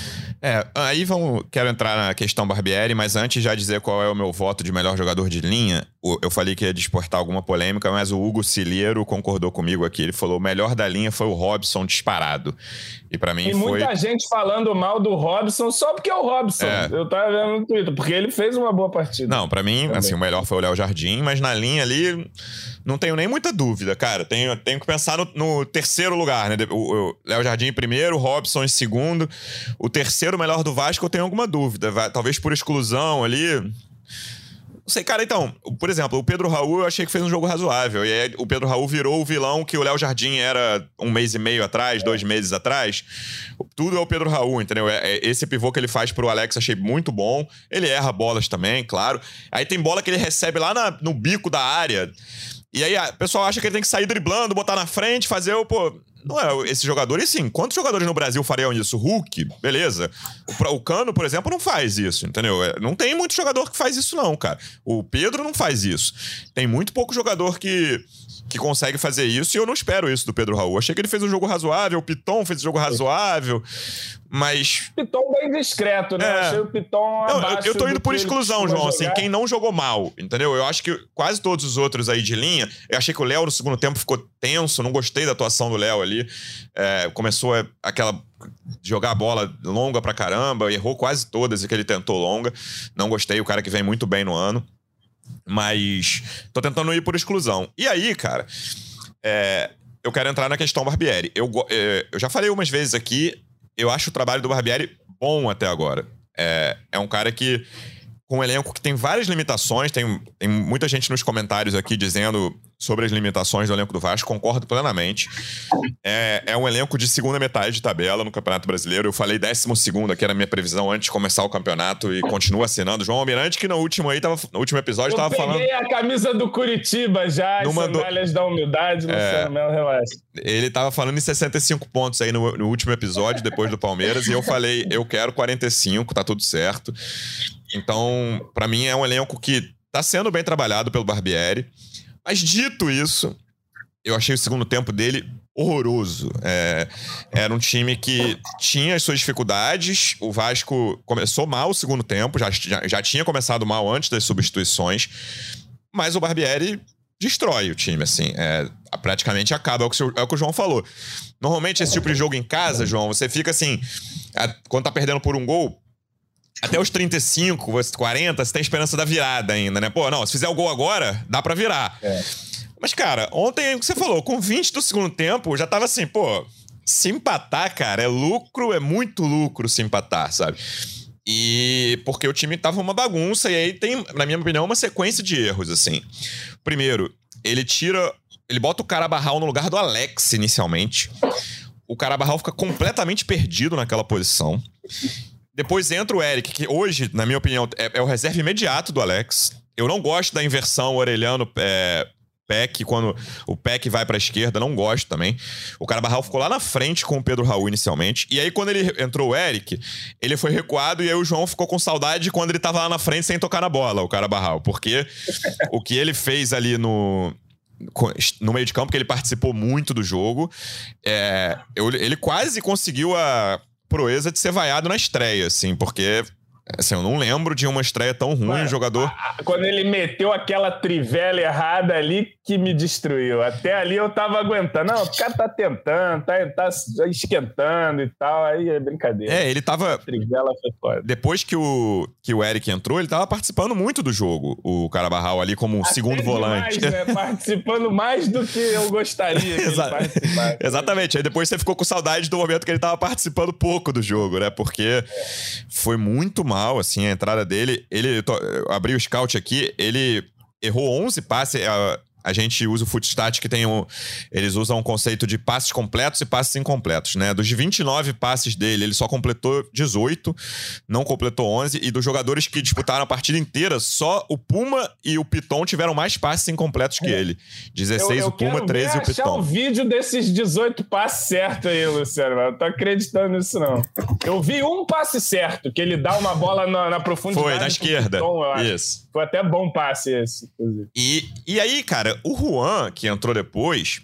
Aí quero entrar na questão Barbieri, mas antes já dizer qual é o meu voto de melhor jogador de linha. Eu falei que ia desportar alguma polêmica, mas o Hugo Cilheiro concordou comigo aqui. Ele falou: o melhor da linha foi o Robson disparado. E pra mim Tem muita gente falando mal do Robson só porque é o Robson. Eu tava vendo no Twitter, porque ele fez uma boa partida. Não, pra mim, assim, o melhor foi o Léo Jardim, mas na linha ali não tenho nem muita dúvida, cara. Tenho que pensar no terceiro lugar, né? O Léo Jardim em primeiro, o Robson em segundo. O terceiro melhor do Vasco eu tenho alguma dúvida. Talvez por exclusão ali. Não sei, cara, então, por exemplo, o Pedro Raul eu achei que fez um jogo razoável. E aí o Pedro Raul virou o vilão que o Léo Jardim era 1 mês e meio atrás, 2 meses atrás. Tudo é o Pedro Raul, entendeu? Esse pivô que ele faz pro Alex achei muito bom. Ele erra bolas também, claro. Aí tem bola que ele recebe lá no bico da área. E aí o pessoal acha que ele tem que sair driblando, botar na frente, fazer o... Não é esse jogador. E sim, quantos jogadores no Brasil fariam isso? Hulk, beleza. O Cano, por exemplo, não faz isso, entendeu? Não tem muito jogador que faz isso não, cara. O Pedro não faz isso. Tem muito pouco jogador que consegue fazer isso, e eu não espero isso do Pedro Raul. Achei que ele fez um jogo razoável, o Piton fez um jogo razoável, mas... Piton bem discreto, né? Achei o Piton abaixo. Eu tô indo por exclusão, João, assim, quem não jogou mal, entendeu? Eu acho que quase todos os outros aí de linha, eu achei que o Léo no segundo tempo ficou tenso, não gostei da atuação do Léo ali. Começou aquela... jogar a bola longa pra caramba, errou quase todas que ele tentou longa. Não gostei, o cara que vem muito bem no ano. Mas tô tentando ir por exclusão. E aí, cara, eu quero entrar na questão Barbieri. Eu já falei umas vezes aqui, eu acho o trabalho do Barbieri bom até agora. É um cara que, com um elenco que tem várias limitações, tem muita gente nos comentários aqui dizendo sobre as limitações do elenco do Vasco, concordo plenamente. É um elenco de segunda metade de tabela no Campeonato Brasileiro. Eu falei 12º, que era a minha previsão antes de começar o campeonato, e continuo assinando. João Almirante, que no último episódio tava falando... Eu peguei a camisa do Curitiba já, as sandálias da humildade, Luciano Melo, relaxa. Ele tava falando em 65 pontos aí no último episódio, depois do Palmeiras, e eu falei, eu quero 45, tá tudo certo. Então, pra mim, é um elenco que tá sendo bem trabalhado pelo Barbieri. Mas, dito isso, eu achei o segundo tempo dele horroroso. Era um time que tinha as suas dificuldades. O Vasco começou mal o segundo tempo, já tinha começado mal antes das substituições. Mas o Barbieri destrói o time, assim. Praticamente acaba. É o que o João falou. Normalmente, esse tipo de jogo em casa, João, você fica assim... Quando tá perdendo por um gol... Até os 35, 40, você tem esperança da virada ainda, né? Pô, não, se fizer o gol agora, dá pra virar. Mas, cara, ontem, o que você falou, com 20 do segundo tempo, já tava assim, pô, se empatar, cara, é lucro, é muito lucro se empatar, sabe? E porque o time tava uma bagunça, e aí tem, na minha opinião, uma sequência de erros, assim. Primeiro, ele bota o Carabarral no lugar do Alex, inicialmente. O Carabarral fica completamente perdido naquela posição. Depois entra o Eric, que hoje, na minha opinião, é o reserva imediato do Alex. Eu não gosto da inversão Orelhano-Peck, quando o Peck vai pra esquerda, não gosto também. O Carabarral ficou lá na frente com o Pedro Raul inicialmente. E aí, quando entrou o Eric, ele foi recuado e aí o João ficou com saudade quando ele tava lá na frente sem tocar na bola, o Carabarral. Porque o que ele fez ali no meio de campo, que ele participou muito do jogo, ele quase conseguiu a proeza de ser vaiado na estreia, assim, porque assim, eu não lembro de uma estreia tão ruim, um jogador... Quando ele meteu aquela trivela errada ali, que me destruiu. Até ali eu tava aguentando. Não, o cara tá tentando, tá esquentando e tal, aí é brincadeira. Ele tava... A trivela foi foda. Depois que o Eric entrou, ele tava participando muito do jogo, o Carabarral ali como um segundo volante. Demais, né? Participando mais do que eu gostaria que ele participasse. Exatamente. Aí depois você ficou com saudade do momento que ele tava participando pouco do jogo, né? Porque foi muito mal, assim, a entrada dele. Eu abri o scout aqui, ele errou 11 passes. A gente usa o Footstat, que tem eles usam um conceito de passes completos e passes incompletos, né? Dos 29 passes dele, ele só completou 18, não completou 11. E dos jogadores que disputaram a partida inteira, só o Puma e o Piton tiveram mais passes incompletos que ele. 16 o Puma, 13 o Piton. Eu achar o vídeo desses 18 passes certos aí, Luciano. Eu não tô acreditando nisso, não. Eu vi um passe certo, que ele dá uma bola na profundidade. Foi, na esquerda. Piton, isso. Foi até bom passe esse, inclusive. E aí, cara, o Juan, que entrou depois,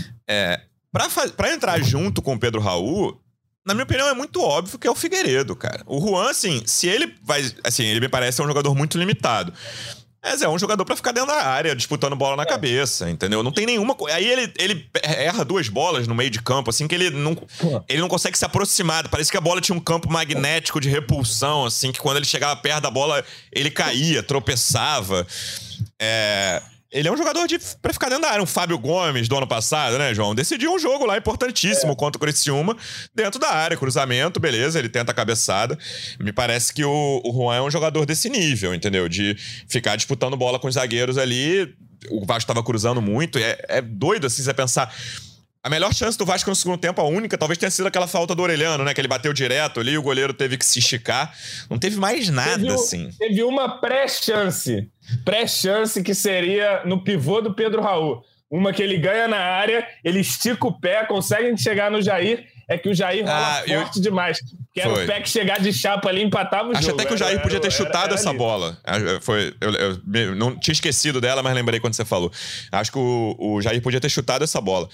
pra entrar junto com o Pedro Raul, na minha opinião, é muito óbvio que é o Figueiredo, cara. O Juan, assim, se ele vai... Assim, ele me parece ser um jogador muito limitado. Mas é um jogador pra ficar dentro da área, disputando bola na cabeça, entendeu? Não tem nenhuma... Aí ele erra 2 bolas no meio de campo, assim, que ele não consegue se aproximar. Parece que a bola tinha um campo magnético de repulsão, assim, que quando ele chegava perto da bola, ele caía, tropeçava. Ele é um jogador pra ficar dentro da área. Um Fábio Gomes do ano passado, né, João? Decidiu um jogo lá importantíssimo contra o Criciúma, dentro da área, cruzamento, beleza, ele tenta a cabeçada. Me parece que o Juan é um jogador desse nível, entendeu? De ficar disputando bola com os zagueiros ali. O Vasco tava cruzando muito. É doido, assim, você pensar... A melhor chance do Vasco no segundo tempo, a única, talvez tenha sido aquela falta do Orelhano, né? Que ele bateu direto ali, o goleiro teve que se esticar. Não teve mais nada, assim. Teve uma pré-chance que seria no pivô do Pedro Raul. Uma que ele ganha na área, ele estica o pé, consegue chegar no Jair, é que o Jair rola forte demais. Que era o pé que chegar de chapa ali e empatava o jogo. Acho até que o Jair podia ter chutado essa bola. Eu não tinha esquecido dela, mas lembrei quando você falou. Acho que o Jair podia ter chutado essa bola.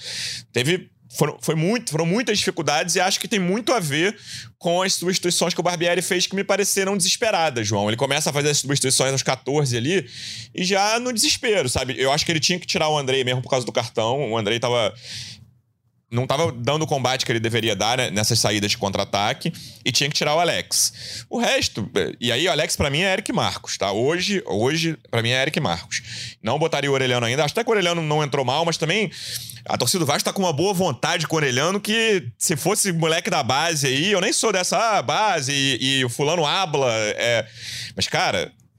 Foram muitas dificuldades e acho que tem muito a ver com as substituições que o Barbieri fez que me pareceram desesperadas, João. Ele começa a fazer as substituições aos 14 ali e já no desespero, sabe? Eu acho que ele tinha que tirar o Andrei mesmo por causa do cartão. O Andrei não estava dando o combate que ele deveria dar, né, nessas saídas de contra-ataque, e tinha que tirar o Alex. O resto... E aí, o Alex, pra mim, é Eric Marcos, tá? Hoje pra mim, é Eric Marcos. Não botaria o Orelhano ainda. Acho até que o Orelhano não entrou mal, mas também a torcida do Vasco tá com uma boa vontade com o Orelhano, que se fosse moleque da base aí, eu nem sou dessa base, e o fulano habla. Mas, cara...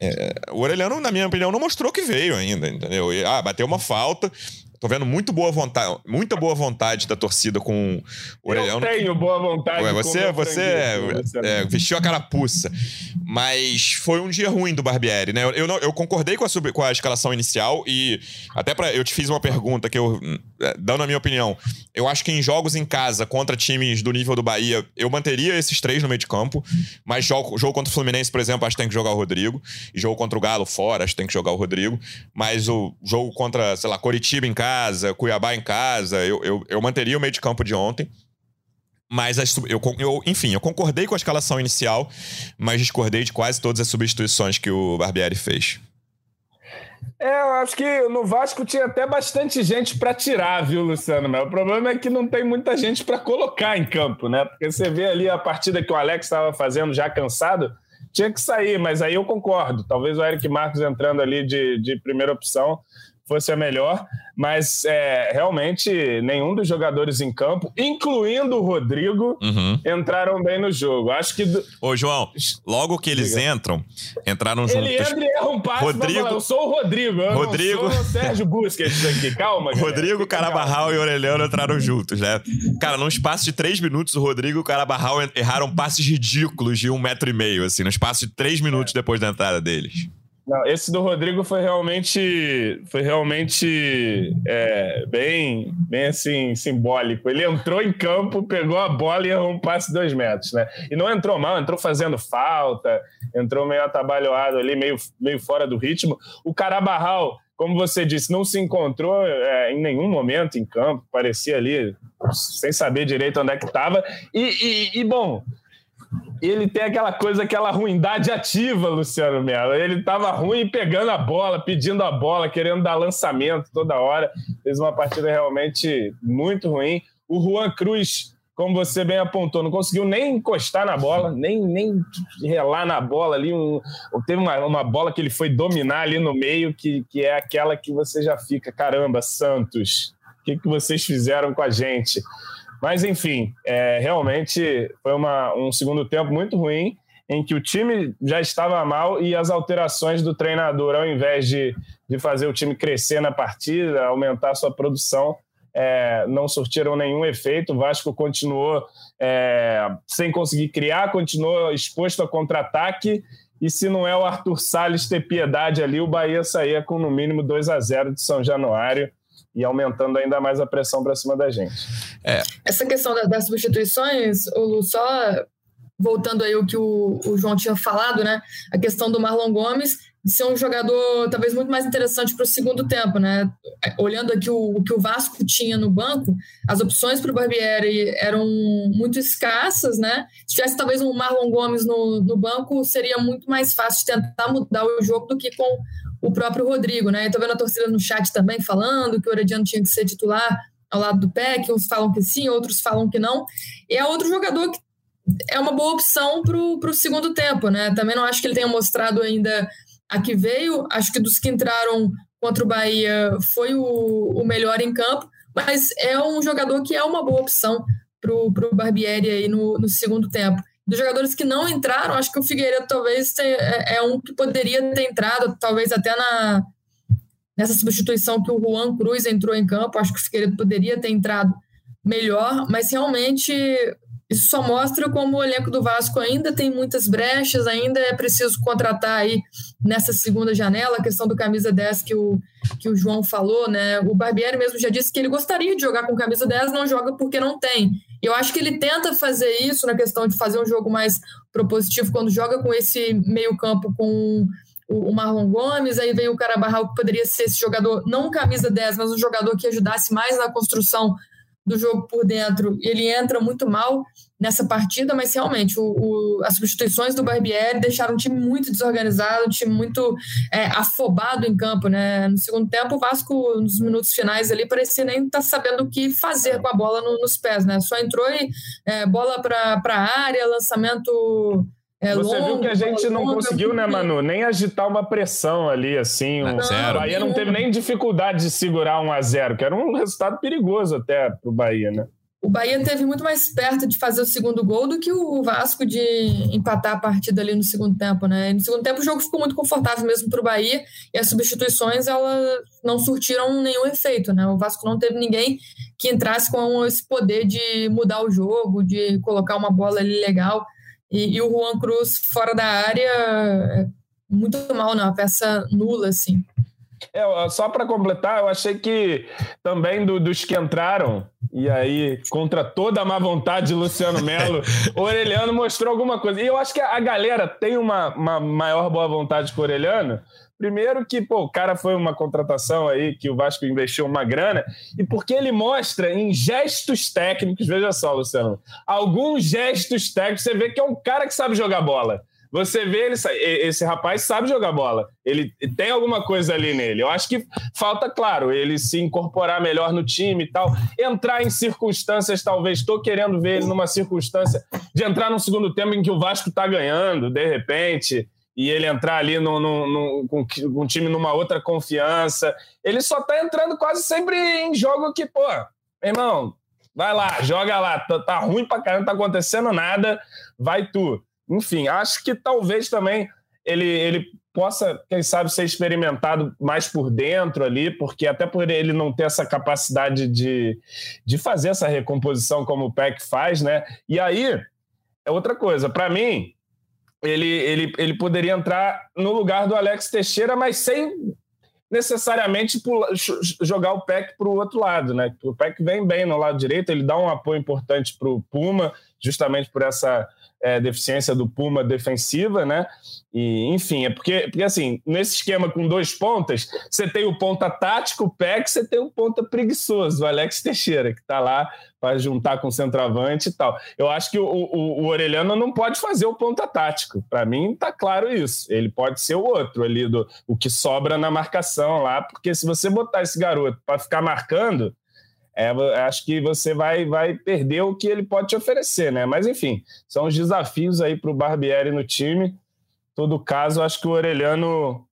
O Orelhano, na minha opinião, não mostrou que veio ainda, entendeu? Bateu uma falta. Tô vendo muita boa vontade da torcida com o Orelhano. Eu tenho boa vontade. Você vestiu a carapuça. Mas foi um dia ruim do Barbieri, né? Eu concordei com a escalação inicial e até eu te fiz uma pergunta que dando a minha opinião, eu acho que em jogos em casa contra times do nível do Bahia, eu manteria esses 3 no meio de campo, mas jogo contra o Fluminense, por exemplo, acho que tem que jogar o Rodrigo. E jogo contra o Galo fora, acho que tem que jogar o Rodrigo. Mas o jogo contra, sei lá, Coritiba em casa, Cuiabá em casa, eu manteria o meio de campo de ontem. Mas, enfim, eu concordei com a escalação inicial, mas discordei de quase todas as substituições que o Barbieri fez. Eu acho que no Vasco tinha até bastante gente para tirar, viu, Luciano? Mas o problema é que não tem muita gente para colocar em campo, né? Porque você vê ali a partida que o Alex estava fazendo já cansado, tinha que sair, mas aí eu concordo. Talvez o Eric Marcos entrando ali de primeira opção fosse a melhor, mas realmente nenhum dos jogadores em campo, incluindo o Rodrigo, entraram bem no jogo. Acho que... Ô, João, logo que eles entraram juntos... Ele entra e erra um passe, Rodrigo... eu sou o Rodrigo, eu não sou o Sérgio Busquets aqui, calma. Rodrigo, Carabarral e Orelhano entraram juntos, né? Cara, num espaço de 3 minutos, o Rodrigo e o Carabarral erraram passes ridículos de 1,5 metro, assim, no espaço de 3 minutos depois da entrada deles. Não, esse do Rodrigo foi realmente bem assim, simbólico. Ele entrou em campo, pegou a bola e errou um passe de 2 metros, né? E não entrou mal, entrou fazendo falta, entrou meio atabalhoado ali, meio fora do ritmo. O Carabarral, como você disse, não se encontrou em nenhum momento em campo, parecia ali sem saber direito onde é que estava. E bom... Ele tem aquela ruindade ativa, Luciano Melo. Ele estava ruim pegando a bola, pedindo a bola, querendo dar lançamento toda hora. Fez uma partida realmente muito ruim. O Juan Cruz, como você bem apontou, não conseguiu nem encostar na bola, nem relar na bola ali. Teve uma bola que ele foi dominar ali no meio, que é aquela que você já fica, caramba, Santos, o que vocês fizeram com a gente? Mas, enfim, realmente foi um segundo tempo muito ruim, em que o time já estava mal e as alterações do treinador, ao invés de fazer o time crescer na partida, aumentar sua produção, não surtiram nenhum efeito. O Vasco continuou sem conseguir criar, continuou exposto a contra-ataque, e se não é o Arthur Salles ter piedade ali, o Bahia saía com no mínimo 2-0 de São Januário, e aumentando ainda mais a pressão para cima da gente. Essa questão das substituições, Lu, só voltando aí o que o João tinha falado, né? A questão do Marlon Gomes de ser um jogador talvez muito mais interessante para o segundo tempo, né? Olhando aqui o que o Vasco tinha no banco, as opções para o Barbieri eram muito escassas, né? Se tivesse talvez um Marlon Gomes no banco, seria muito mais fácil de tentar mudar o jogo do que com o próprio Rodrigo, né? Eu tô vendo a torcida no chat também falando que o Orediano tinha que ser titular ao lado do Peck, uns falam que sim, outros falam que não. E é outro jogador que é uma boa opção pro segundo tempo, né? Também não acho que ele tenha mostrado ainda a que veio. Acho que dos que entraram contra o Bahia foi o melhor em campo, mas é um jogador que é uma boa opção pro Barbieri aí no segundo tempo. Dos jogadores que não entraram, acho que o Figueiredo talvez é um que poderia ter entrado, talvez até nessa substituição que o Juan Cruz entrou em campo. Acho que o Figueiredo poderia ter entrado melhor, mas realmente isso só mostra como o elenco do Vasco ainda tem muitas brechas, ainda é preciso contratar aí nessa segunda janela. A questão do camisa 10 que o João falou, né? O Barbieri mesmo já disse que ele gostaria de jogar com camisa 10, não joga porque não tem. Eu acho que ele tenta fazer isso na questão de fazer um jogo mais propositivo quando joga com esse meio campo com o Marlon Gomes, aí vem o Carabarral, que poderia ser esse jogador, não camisa 10, mas um jogador que ajudasse mais na construção do jogo por dentro, e ele entra muito mal nessa partida, mas realmente as substituições do Barbieri deixaram o time muito desorganizado, um time muito afobado em campo, né? No segundo tempo, o Vasco, nos minutos finais ali, parecia nem estar sabendo o que fazer com a bola nos pés, né? Só entrou e bola para a área, lançamento... Você viu que a gente não conseguiu, né, Manu? Nem agitar uma pressão ali, assim. O Bahia não teve nem dificuldade de segurar 1-0, que era um resultado perigoso até pro Bahia, né? o Bahia teve muito mais perto de fazer o segundo gol do que o Vasco de empatar a partida ali no segundo tempo, né? E no segundo tempo o jogo ficou muito confortável mesmo para o Bahia e as substituições elas não surtiram nenhum efeito, né? O Vasco não teve ninguém que entrasse com esse poder de mudar o jogo, de colocar uma bola ali legal. E o Juan Cruz fora da área, muito mal, né? Uma peça nula, assim. Só para completar, eu achei que também dos que entraram, e aí, contra toda a má vontade de Luciano Melo, o Orelhano mostrou alguma coisa. E eu acho que a galera tem uma maior boa vontade com o Orelhano. Primeiro que, o cara foi uma contratação aí que o Vasco investiu uma grana, e porque ele mostra em gestos técnicos, veja só, Luciano, alguns gestos técnicos, você vê que é um cara que sabe jogar bola. Você vê esse rapaz sabe jogar bola. Ele tem alguma coisa ali nele. Eu acho que falta, claro, ele se incorporar melhor no time e tal. Entrar em circunstâncias, talvez. Estou querendo ver ele numa circunstância de entrar num segundo tempo em que o Vasco está ganhando, de repente, e ele entrar ali com o time numa outra confiança. Ele só está entrando quase sempre em jogo que, meu irmão, vai lá, joga lá. Tá ruim pra caramba, não tá acontecendo nada, vai tu. Enfim, acho que talvez também ele possa, quem sabe, ser experimentado mais por dentro ali, porque até por ele não ter essa capacidade de fazer essa recomposição como o Peck faz, né? E aí, é outra coisa. Para mim, ele poderia entrar no lugar do Alex Teixeira, mas sem necessariamente jogar o Peck para o outro lado, né? O Peck vem bem no lado direito, ele dá um apoio importante para o Puma, justamente por essa deficiência do Puma defensiva, né? E, enfim, porque assim, nesse esquema com 2 pontas, você tem o ponta tático, o Peck, você tem o ponta preguiçoso, o Alex Teixeira, que está lá para juntar com o centroavante e tal. Eu acho que o Orelhano não pode fazer o ponta tático. Para mim, está claro isso. Ele pode ser o outro ali, o que sobra na marcação lá, porque se você botar esse garoto para ficar marcando, acho que você vai perder o que ele pode te oferecer, né? Mas, enfim, são os desafios aí para o Barbieri no time. Em todo caso, acho que o Orelhano,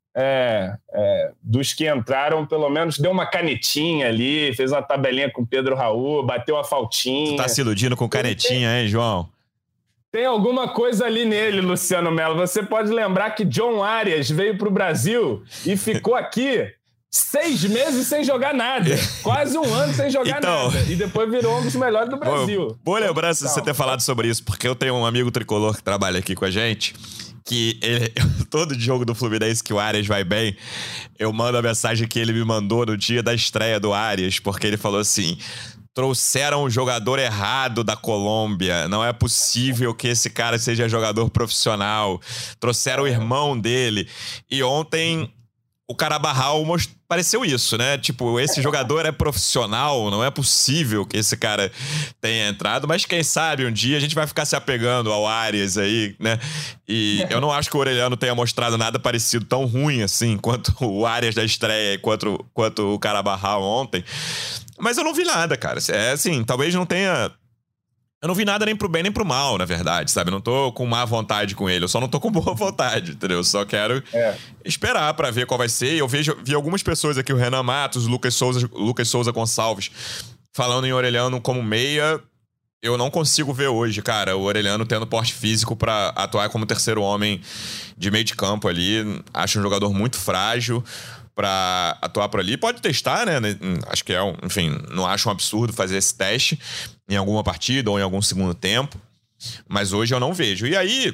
dos que entraram, pelo menos deu uma canetinha ali, fez uma tabelinha com o Pedro Raul, bateu a faltinha. Tu tá se iludindo com canetinha, hein, João? Tem alguma coisa ali nele, Luciano Melo. Você pode lembrar que John Arias veio para o Brasil e ficou aqui 6 meses sem jogar nada. Quase 1 ano sem jogar nada. E depois virou um dos melhores do Brasil. Boa lembrança de você ter falado sobre isso, porque eu tenho um amigo tricolor que trabalha aqui com a gente, que todo jogo do Fluminense que o Arias vai bem, eu mando a mensagem que ele me mandou no dia da estreia do Arias, porque ele falou assim: trouxeram o jogador errado da Colômbia, não é possível que esse cara seja jogador profissional, trouxeram o irmão dele. E ontem o Carabarral pareceu isso, né? Tipo, esse jogador é profissional, não é possível que esse cara tenha entrado, mas quem sabe um dia a gente vai ficar se apegando ao Arias aí, né? E eu não acho que o Orelhano tenha mostrado nada parecido tão ruim assim, quanto o Arias da estreia e quanto o Carabarral ontem. Mas eu não vi nada, cara. Assim, talvez não tenha... Eu não vi nada nem pro bem nem pro mal, na verdade, sabe? Eu não tô com má vontade com ele, eu só não tô com boa vontade, entendeu? Eu só quero esperar pra ver qual vai ser. E eu vi algumas pessoas aqui, o Renan Matos, o Lucas Souza Gonçalves, falando em Orelhano como meia. Eu não consigo ver hoje, cara, o Orelhano tendo porte físico pra atuar como terceiro homem de meio de campo ali. Acho um jogador muito frágil pra atuar por ali. Pode testar, né? Acho que enfim, não acho um absurdo fazer esse teste em alguma partida ou em algum segundo tempo. Mas hoje eu não vejo. E aí,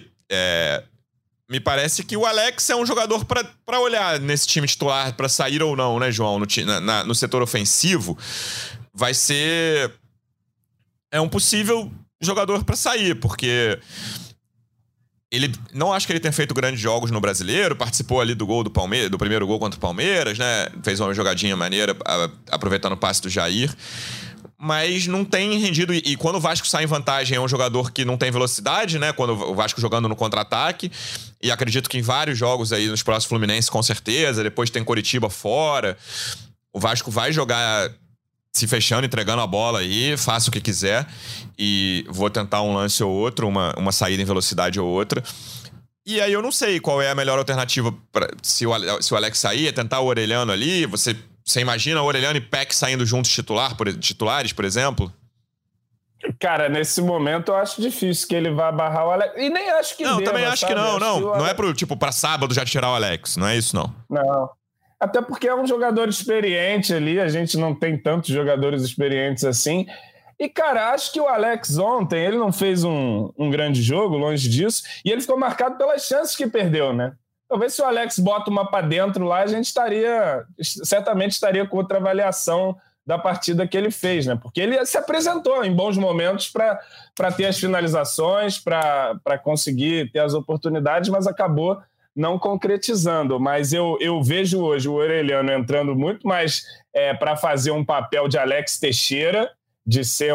me parece que o Alex é um jogador pra olhar nesse time titular, pra sair ou não, né, João? No setor ofensivo, vai ser... um possível jogador pra sair, porque... Ele não acho que ele tenha feito grandes jogos no Brasileiro, participou ali do gol do Palmeiras, do primeiro gol contra o Palmeiras, né? Fez uma jogadinha maneira, aproveitando o passe do Jair. Mas não tem rendido. E quando o Vasco sai em vantagem, é um jogador que não tem velocidade, né? Quando o Vasco jogando no contra-ataque. E acredito que em vários jogos aí nos próximos Fluminense, com certeza. Depois tem Coritiba fora. O Vasco vai jogar se fechando, entregando a bola aí, faça o que quiser. E vou tentar um lance ou outro, uma saída em velocidade ou outra. E aí eu não sei qual é a melhor alternativa se o Alex sair, é tentar o Orelhano ali. Você imagina o Orelhano e Peck saindo juntos titulares, por exemplo? Cara, nesse momento eu acho difícil que ele vá barrar o Alex. E nem acho que não, deva, também acho sabe? que não, não. Alex... Não é pra sábado já tirar o Alex, não é isso, não. Não. Até porque é um jogador experiente ali, a gente não tem tantos jogadores experientes assim. E, cara, acho que o Alex ontem, ele não fez um grande jogo, longe disso, e ele ficou marcado pelas chances que perdeu, né? Talvez se o Alex bota uma pra dentro lá, a gente certamente estaria com outra avaliação da partida que ele fez, né? Porque ele se apresentou em bons momentos para ter as finalizações, para conseguir ter as oportunidades, mas acabou não concretizando. Mas eu vejo hoje o Orelhano entrando muito mais para fazer um papel de Alex Teixeira, de ser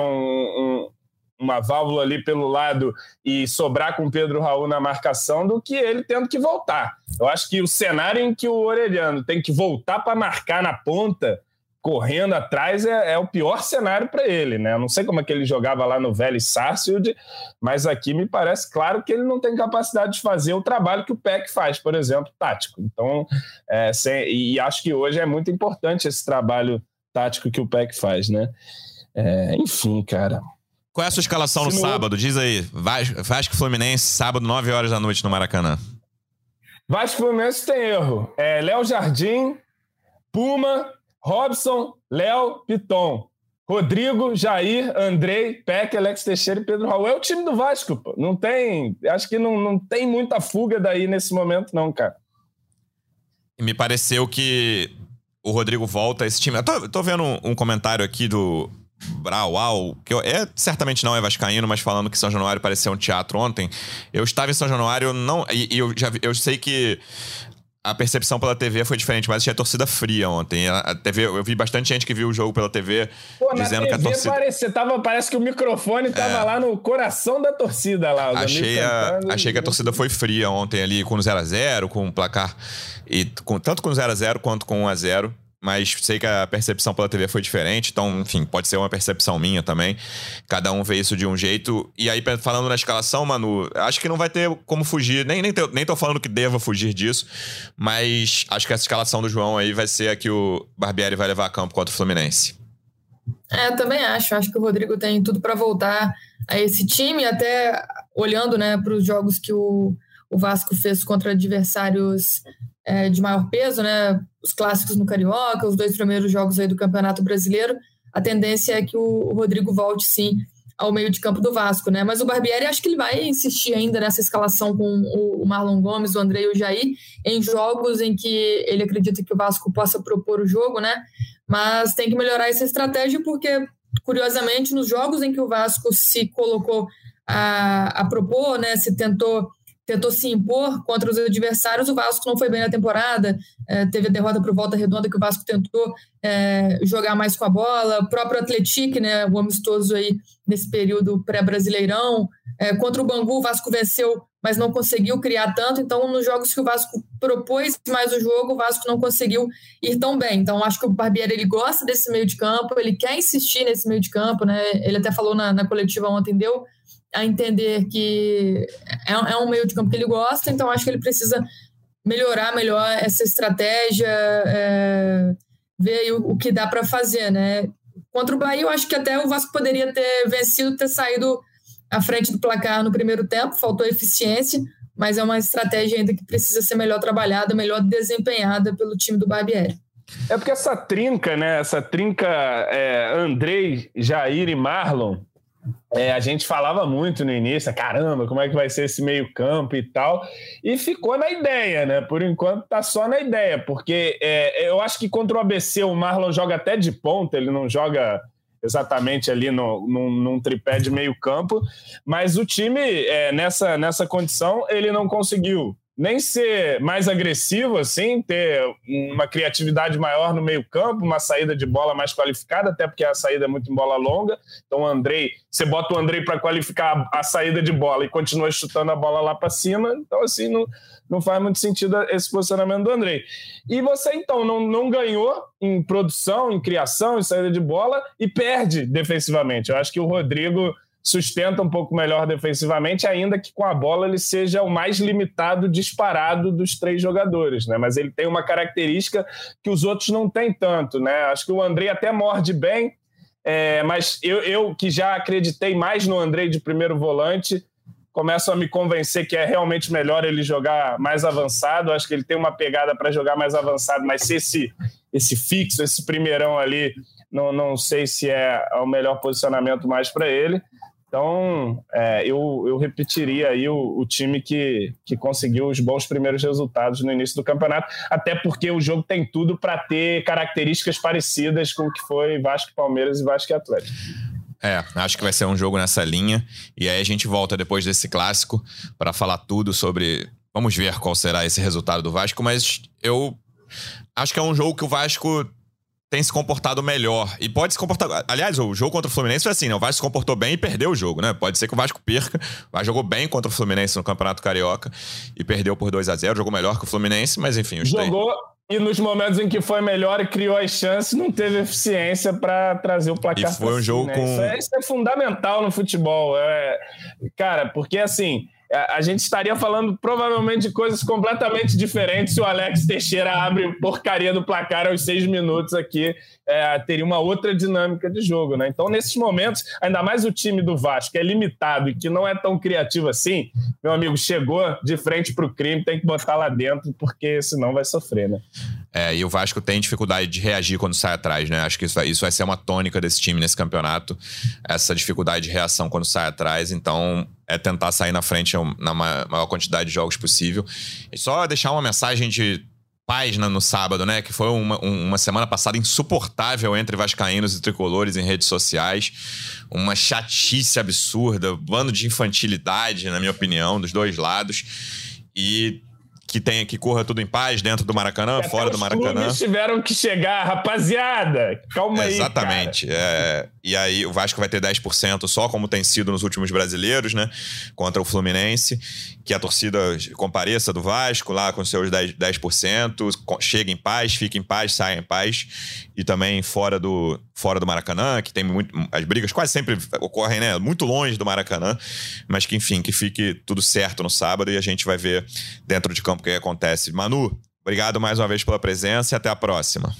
uma válvula ali pelo lado e sobrar com o Pedro Raul na marcação, do que ele tendo que voltar. Eu acho que o cenário em que o Orelhano tem que voltar para marcar na ponta, correndo atrás, é o pior cenário para ele, né? Eu não sei como é que ele jogava lá no Vélez Sarsfield, mas aqui me parece claro que ele não tem capacidade de fazer o trabalho que o Peck faz, por exemplo, tático. Então, e acho que hoje é muito importante esse trabalho tático que o Peck faz, né? Enfim, cara. Qual é a sua escalação no sábado? Diz aí. Vasco Fluminense, sábado, 9 horas da noite no Maracanã. Vasco Fluminense tem erro. Léo Jardim, Puma, Robson, Léo, Piton. Rodrigo, Jair, Andrei, Peck, Alex Teixeira e Pedro Raul. É o time do Vasco, pô. Não tem... Acho que não tem muita fuga daí nesse momento, não, cara. E me pareceu que o Rodrigo volta a esse time. Eu tô vendo um comentário aqui do Braual, que certamente não é vascaíno, mas falando que São Januário parecia um teatro ontem. Eu estava em São Januário, eu sei que a percepção pela TV foi diferente, mas tinha torcida fria ontem. A TV, eu vi bastante gente que viu o jogo pela TV dizendo que a torcida... Parece que o microfone estava lá no coração da torcida. Lá, achei que a torcida foi fria ontem ali, com 0-0, com o placar, tanto com 0-0 quanto com 1-0. Mas sei que a percepção pela TV foi diferente, então, enfim, pode ser uma percepção minha também. Cada um vê isso de um jeito. E aí, falando na escalação, Manu, acho que não vai ter como fugir, nem tô falando que deva fugir disso, mas acho que essa escalação do João aí vai ser a que o Barbieri vai levar a campo contra o Fluminense. Eu também acho que o Rodrigo tem tudo para voltar a esse time, até olhando, né, para os jogos que o Vasco fez contra adversários de maior peso, né? Os clássicos no Carioca, os 2 primeiros jogos aí do Campeonato Brasileiro, a tendência é que o Rodrigo volte sim ao meio de campo do Vasco, né? Mas o Barbieri, acho que ele vai insistir ainda nessa escalação com o Marlon Gomes, o Andrei e o Jair, em jogos em que ele acredita que o Vasco possa propor o jogo, né? Mas tem que melhorar essa estratégia porque, curiosamente, nos jogos em que o Vasco se colocou a propor, né? Se tentou se impor contra os adversários, o Vasco não foi bem na temporada, teve a derrota para o Volta Redonda, que o Vasco tentou jogar mais com a bola, o próprio Atlético, né, o amistoso aí nesse período pré-brasileirão, contra o Bangu o Vasco venceu, mas não conseguiu criar tanto, então nos jogos que o Vasco propôs mais o jogo, o Vasco não conseguiu ir tão bem. Então acho que o Barbieri, ele gosta desse meio de campo, ele quer insistir nesse meio de campo, né? Ele até falou na coletiva ontem, deu a entender que é um meio de campo que ele gosta, então acho que ele precisa melhorar melhor essa estratégia, ver aí o que dá para fazer, né? Contra o Bahia, eu acho que até o Vasco poderia ter vencido, ter saído à frente do placar no primeiro tempo, faltou eficiência, mas é uma estratégia ainda que precisa ser melhor trabalhada, melhor desempenhada pelo time do Barbieri. É porque essa trinca, né? Andrei, Jair e Marlon, a gente falava muito no início, caramba, como é que vai ser esse meio campo e tal, e ficou na ideia, né? Por enquanto tá só na ideia, porque eu acho que contra o ABC o Marlon joga até de ponta, ele não joga exatamente ali num tripé de meio campo, mas o time nessa condição ele não conseguiu nem ser mais agressivo, assim, ter uma criatividade maior no meio-campo, uma saída de bola mais qualificada, até porque a saída é muito em bola longa. Então, você bota o Andrei para qualificar a saída de bola e continua chutando a bola lá para cima. Então, assim, não faz muito sentido esse posicionamento do Andrei. E você, então, não ganhou em produção, em criação, em saída de bola e perde defensivamente. Eu acho que o Rodrigo sustenta um pouco melhor defensivamente, ainda que com a bola ele seja o mais limitado, disparado dos 3 jogadores, né? Mas ele tem uma característica que os outros não têm tanto, né? Acho que o Andrei até morde bem, Mas eu que já acreditei mais no Andrei de primeiro volante, começo a me convencer que é realmente melhor ele jogar mais avançado. Acho que ele tem uma pegada para jogar mais avançado, mas se esse fixo, esse primeirão ali, não sei se é o melhor posicionamento mais para ele. Então, eu repetiria aí o time que conseguiu os bons primeiros resultados no início do campeonato, até porque o jogo tem tudo para ter características parecidas com o que foi Vasco, Palmeiras e Vasco e Atlético. Acho que vai ser um jogo nessa linha. E aí a gente volta depois desse clássico para falar tudo sobre... Vamos ver qual será esse resultado do Vasco, mas eu acho que é um jogo que o Vasco tem se comportado melhor. E pode se comportar... Aliás, o jogo contra o Fluminense foi assim, né? O Vasco se comportou bem e perdeu o jogo, né? Pode ser que o Vasco perca. O Vasco jogou bem contra o Fluminense no Campeonato Carioca e perdeu por 2-0. Jogou melhor que o Fluminense, mas enfim... Jogou... E nos momentos em que foi melhor e criou as chances, não teve eficiência para trazer o placar. E foi um jogo com... Isso é fundamental no futebol. Cara, porque assim, a gente estaria falando provavelmente de coisas completamente diferentes se o Alex Teixeira abre porcaria do placar aos 6 minutos aqui. Teria uma outra dinâmica de jogo, né? Então, nesses momentos, ainda mais o time do Vasco, que é limitado e que não é tão criativo assim, meu amigo, chegou de frente pro crime, tem que botar lá dentro, porque senão vai sofrer, né? E o Vasco tem dificuldade de reagir quando sai atrás, né? Acho que isso vai ser uma tônica desse time nesse campeonato, essa dificuldade de reação quando sai atrás. Então, tentar sair na frente na maior quantidade de jogos possível. E só deixar uma mensagem de paz no sábado, né? Que foi uma semana passada insuportável entre vascaínos e tricolores em redes sociais. Uma chatice absurda, bando de infantilidade, na minha opinião, dos dois lados. E que corra tudo em paz dentro do Maracanã, fora do Maracanã. Os tiveram que chegar, rapaziada, calma aí, exatamente. E aí o Vasco vai ter 10% só, como tem sido nos últimos brasileiros, né? Contra o Fluminense. Que a torcida compareça do Vasco lá com seus 10%, chegue em paz, fique em paz, saia em paz. E também fora do Maracanã, que tem as brigas quase sempre ocorrem, né? Muito longe do Maracanã. Mas que, enfim, que fique tudo certo no sábado e a gente vai ver dentro de campo o que acontece. Manu, obrigado mais uma vez pela presença e até a próxima.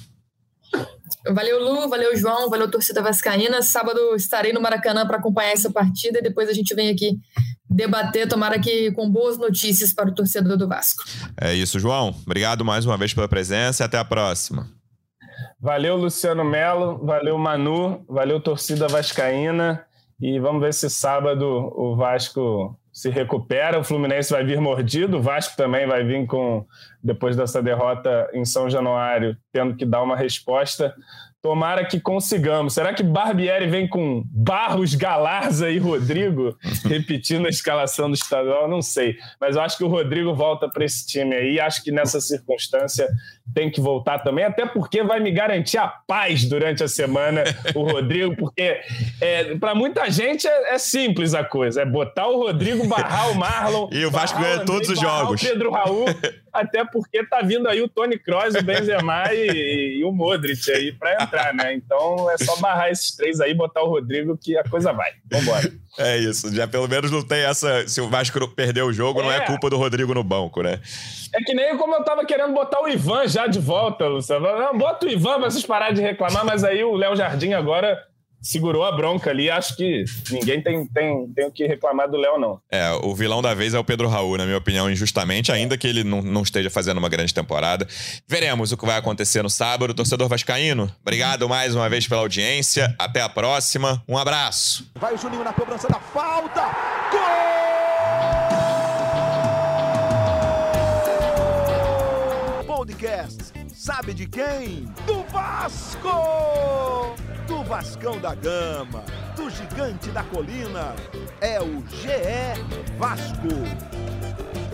Valeu, Lu, valeu, João, valeu, torcida vascaína. Sábado estarei no Maracanã para acompanhar essa partida e depois a gente vem aqui debater, tomara que com boas notícias para o torcedor do Vasco. É isso, João. Obrigado mais uma vez pela presença e até a próxima. Valeu, Luciano Melo, valeu, Manu, valeu, torcida vascaína. E vamos ver se sábado o Vasco se recupera, o Fluminense vai vir mordido, o Vasco também vai vir depois dessa derrota em São Januário, tendo que dar uma resposta. Tomara que consigamos. Será que Barbieri vem com Barros, Galarza e Rodrigo repetindo a escalação do estadual? Não sei. Mas eu acho que o Rodrigo volta para esse time aí. Acho que nessa circunstância tem que voltar também, até porque vai me garantir a paz durante a semana o Rodrigo, porque para muita gente é simples a coisa. É botar o Rodrigo, barrar o Marlon. E o Vasco ganha todos os jogos. O Pedro Raul, até porque tá vindo aí o Toni Kroos, o Benzema e o Modric aí para entrar, né? Então é só barrar esses três aí, botar o Rodrigo que a coisa vai. Vambora. É isso, já pelo menos não tem essa... Se o Vasco perder o jogo, não é culpa do Rodrigo no banco, né? É que nem como eu tava querendo botar o Ivan já de volta, Luciano. Não, bota o Ivan pra vocês pararem de reclamar, mas aí o Léo Jardim agora segurou a bronca ali. Acho que ninguém tem o que reclamar do Léo, não. O vilão da vez é o Pedro Raul, na minha opinião, injustamente, ainda que ele não esteja fazendo uma grande temporada. Veremos o que vai acontecer no sábado. Torcedor vascaíno, obrigado mais uma vez pela audiência. Até a próxima. Um abraço. Vai o Juninho na cobrança da falta. Gol! Podcast, sabe de quem? Do Vasco! Do Vascão da Gama, do Gigante da Colina, é o GE Vasco.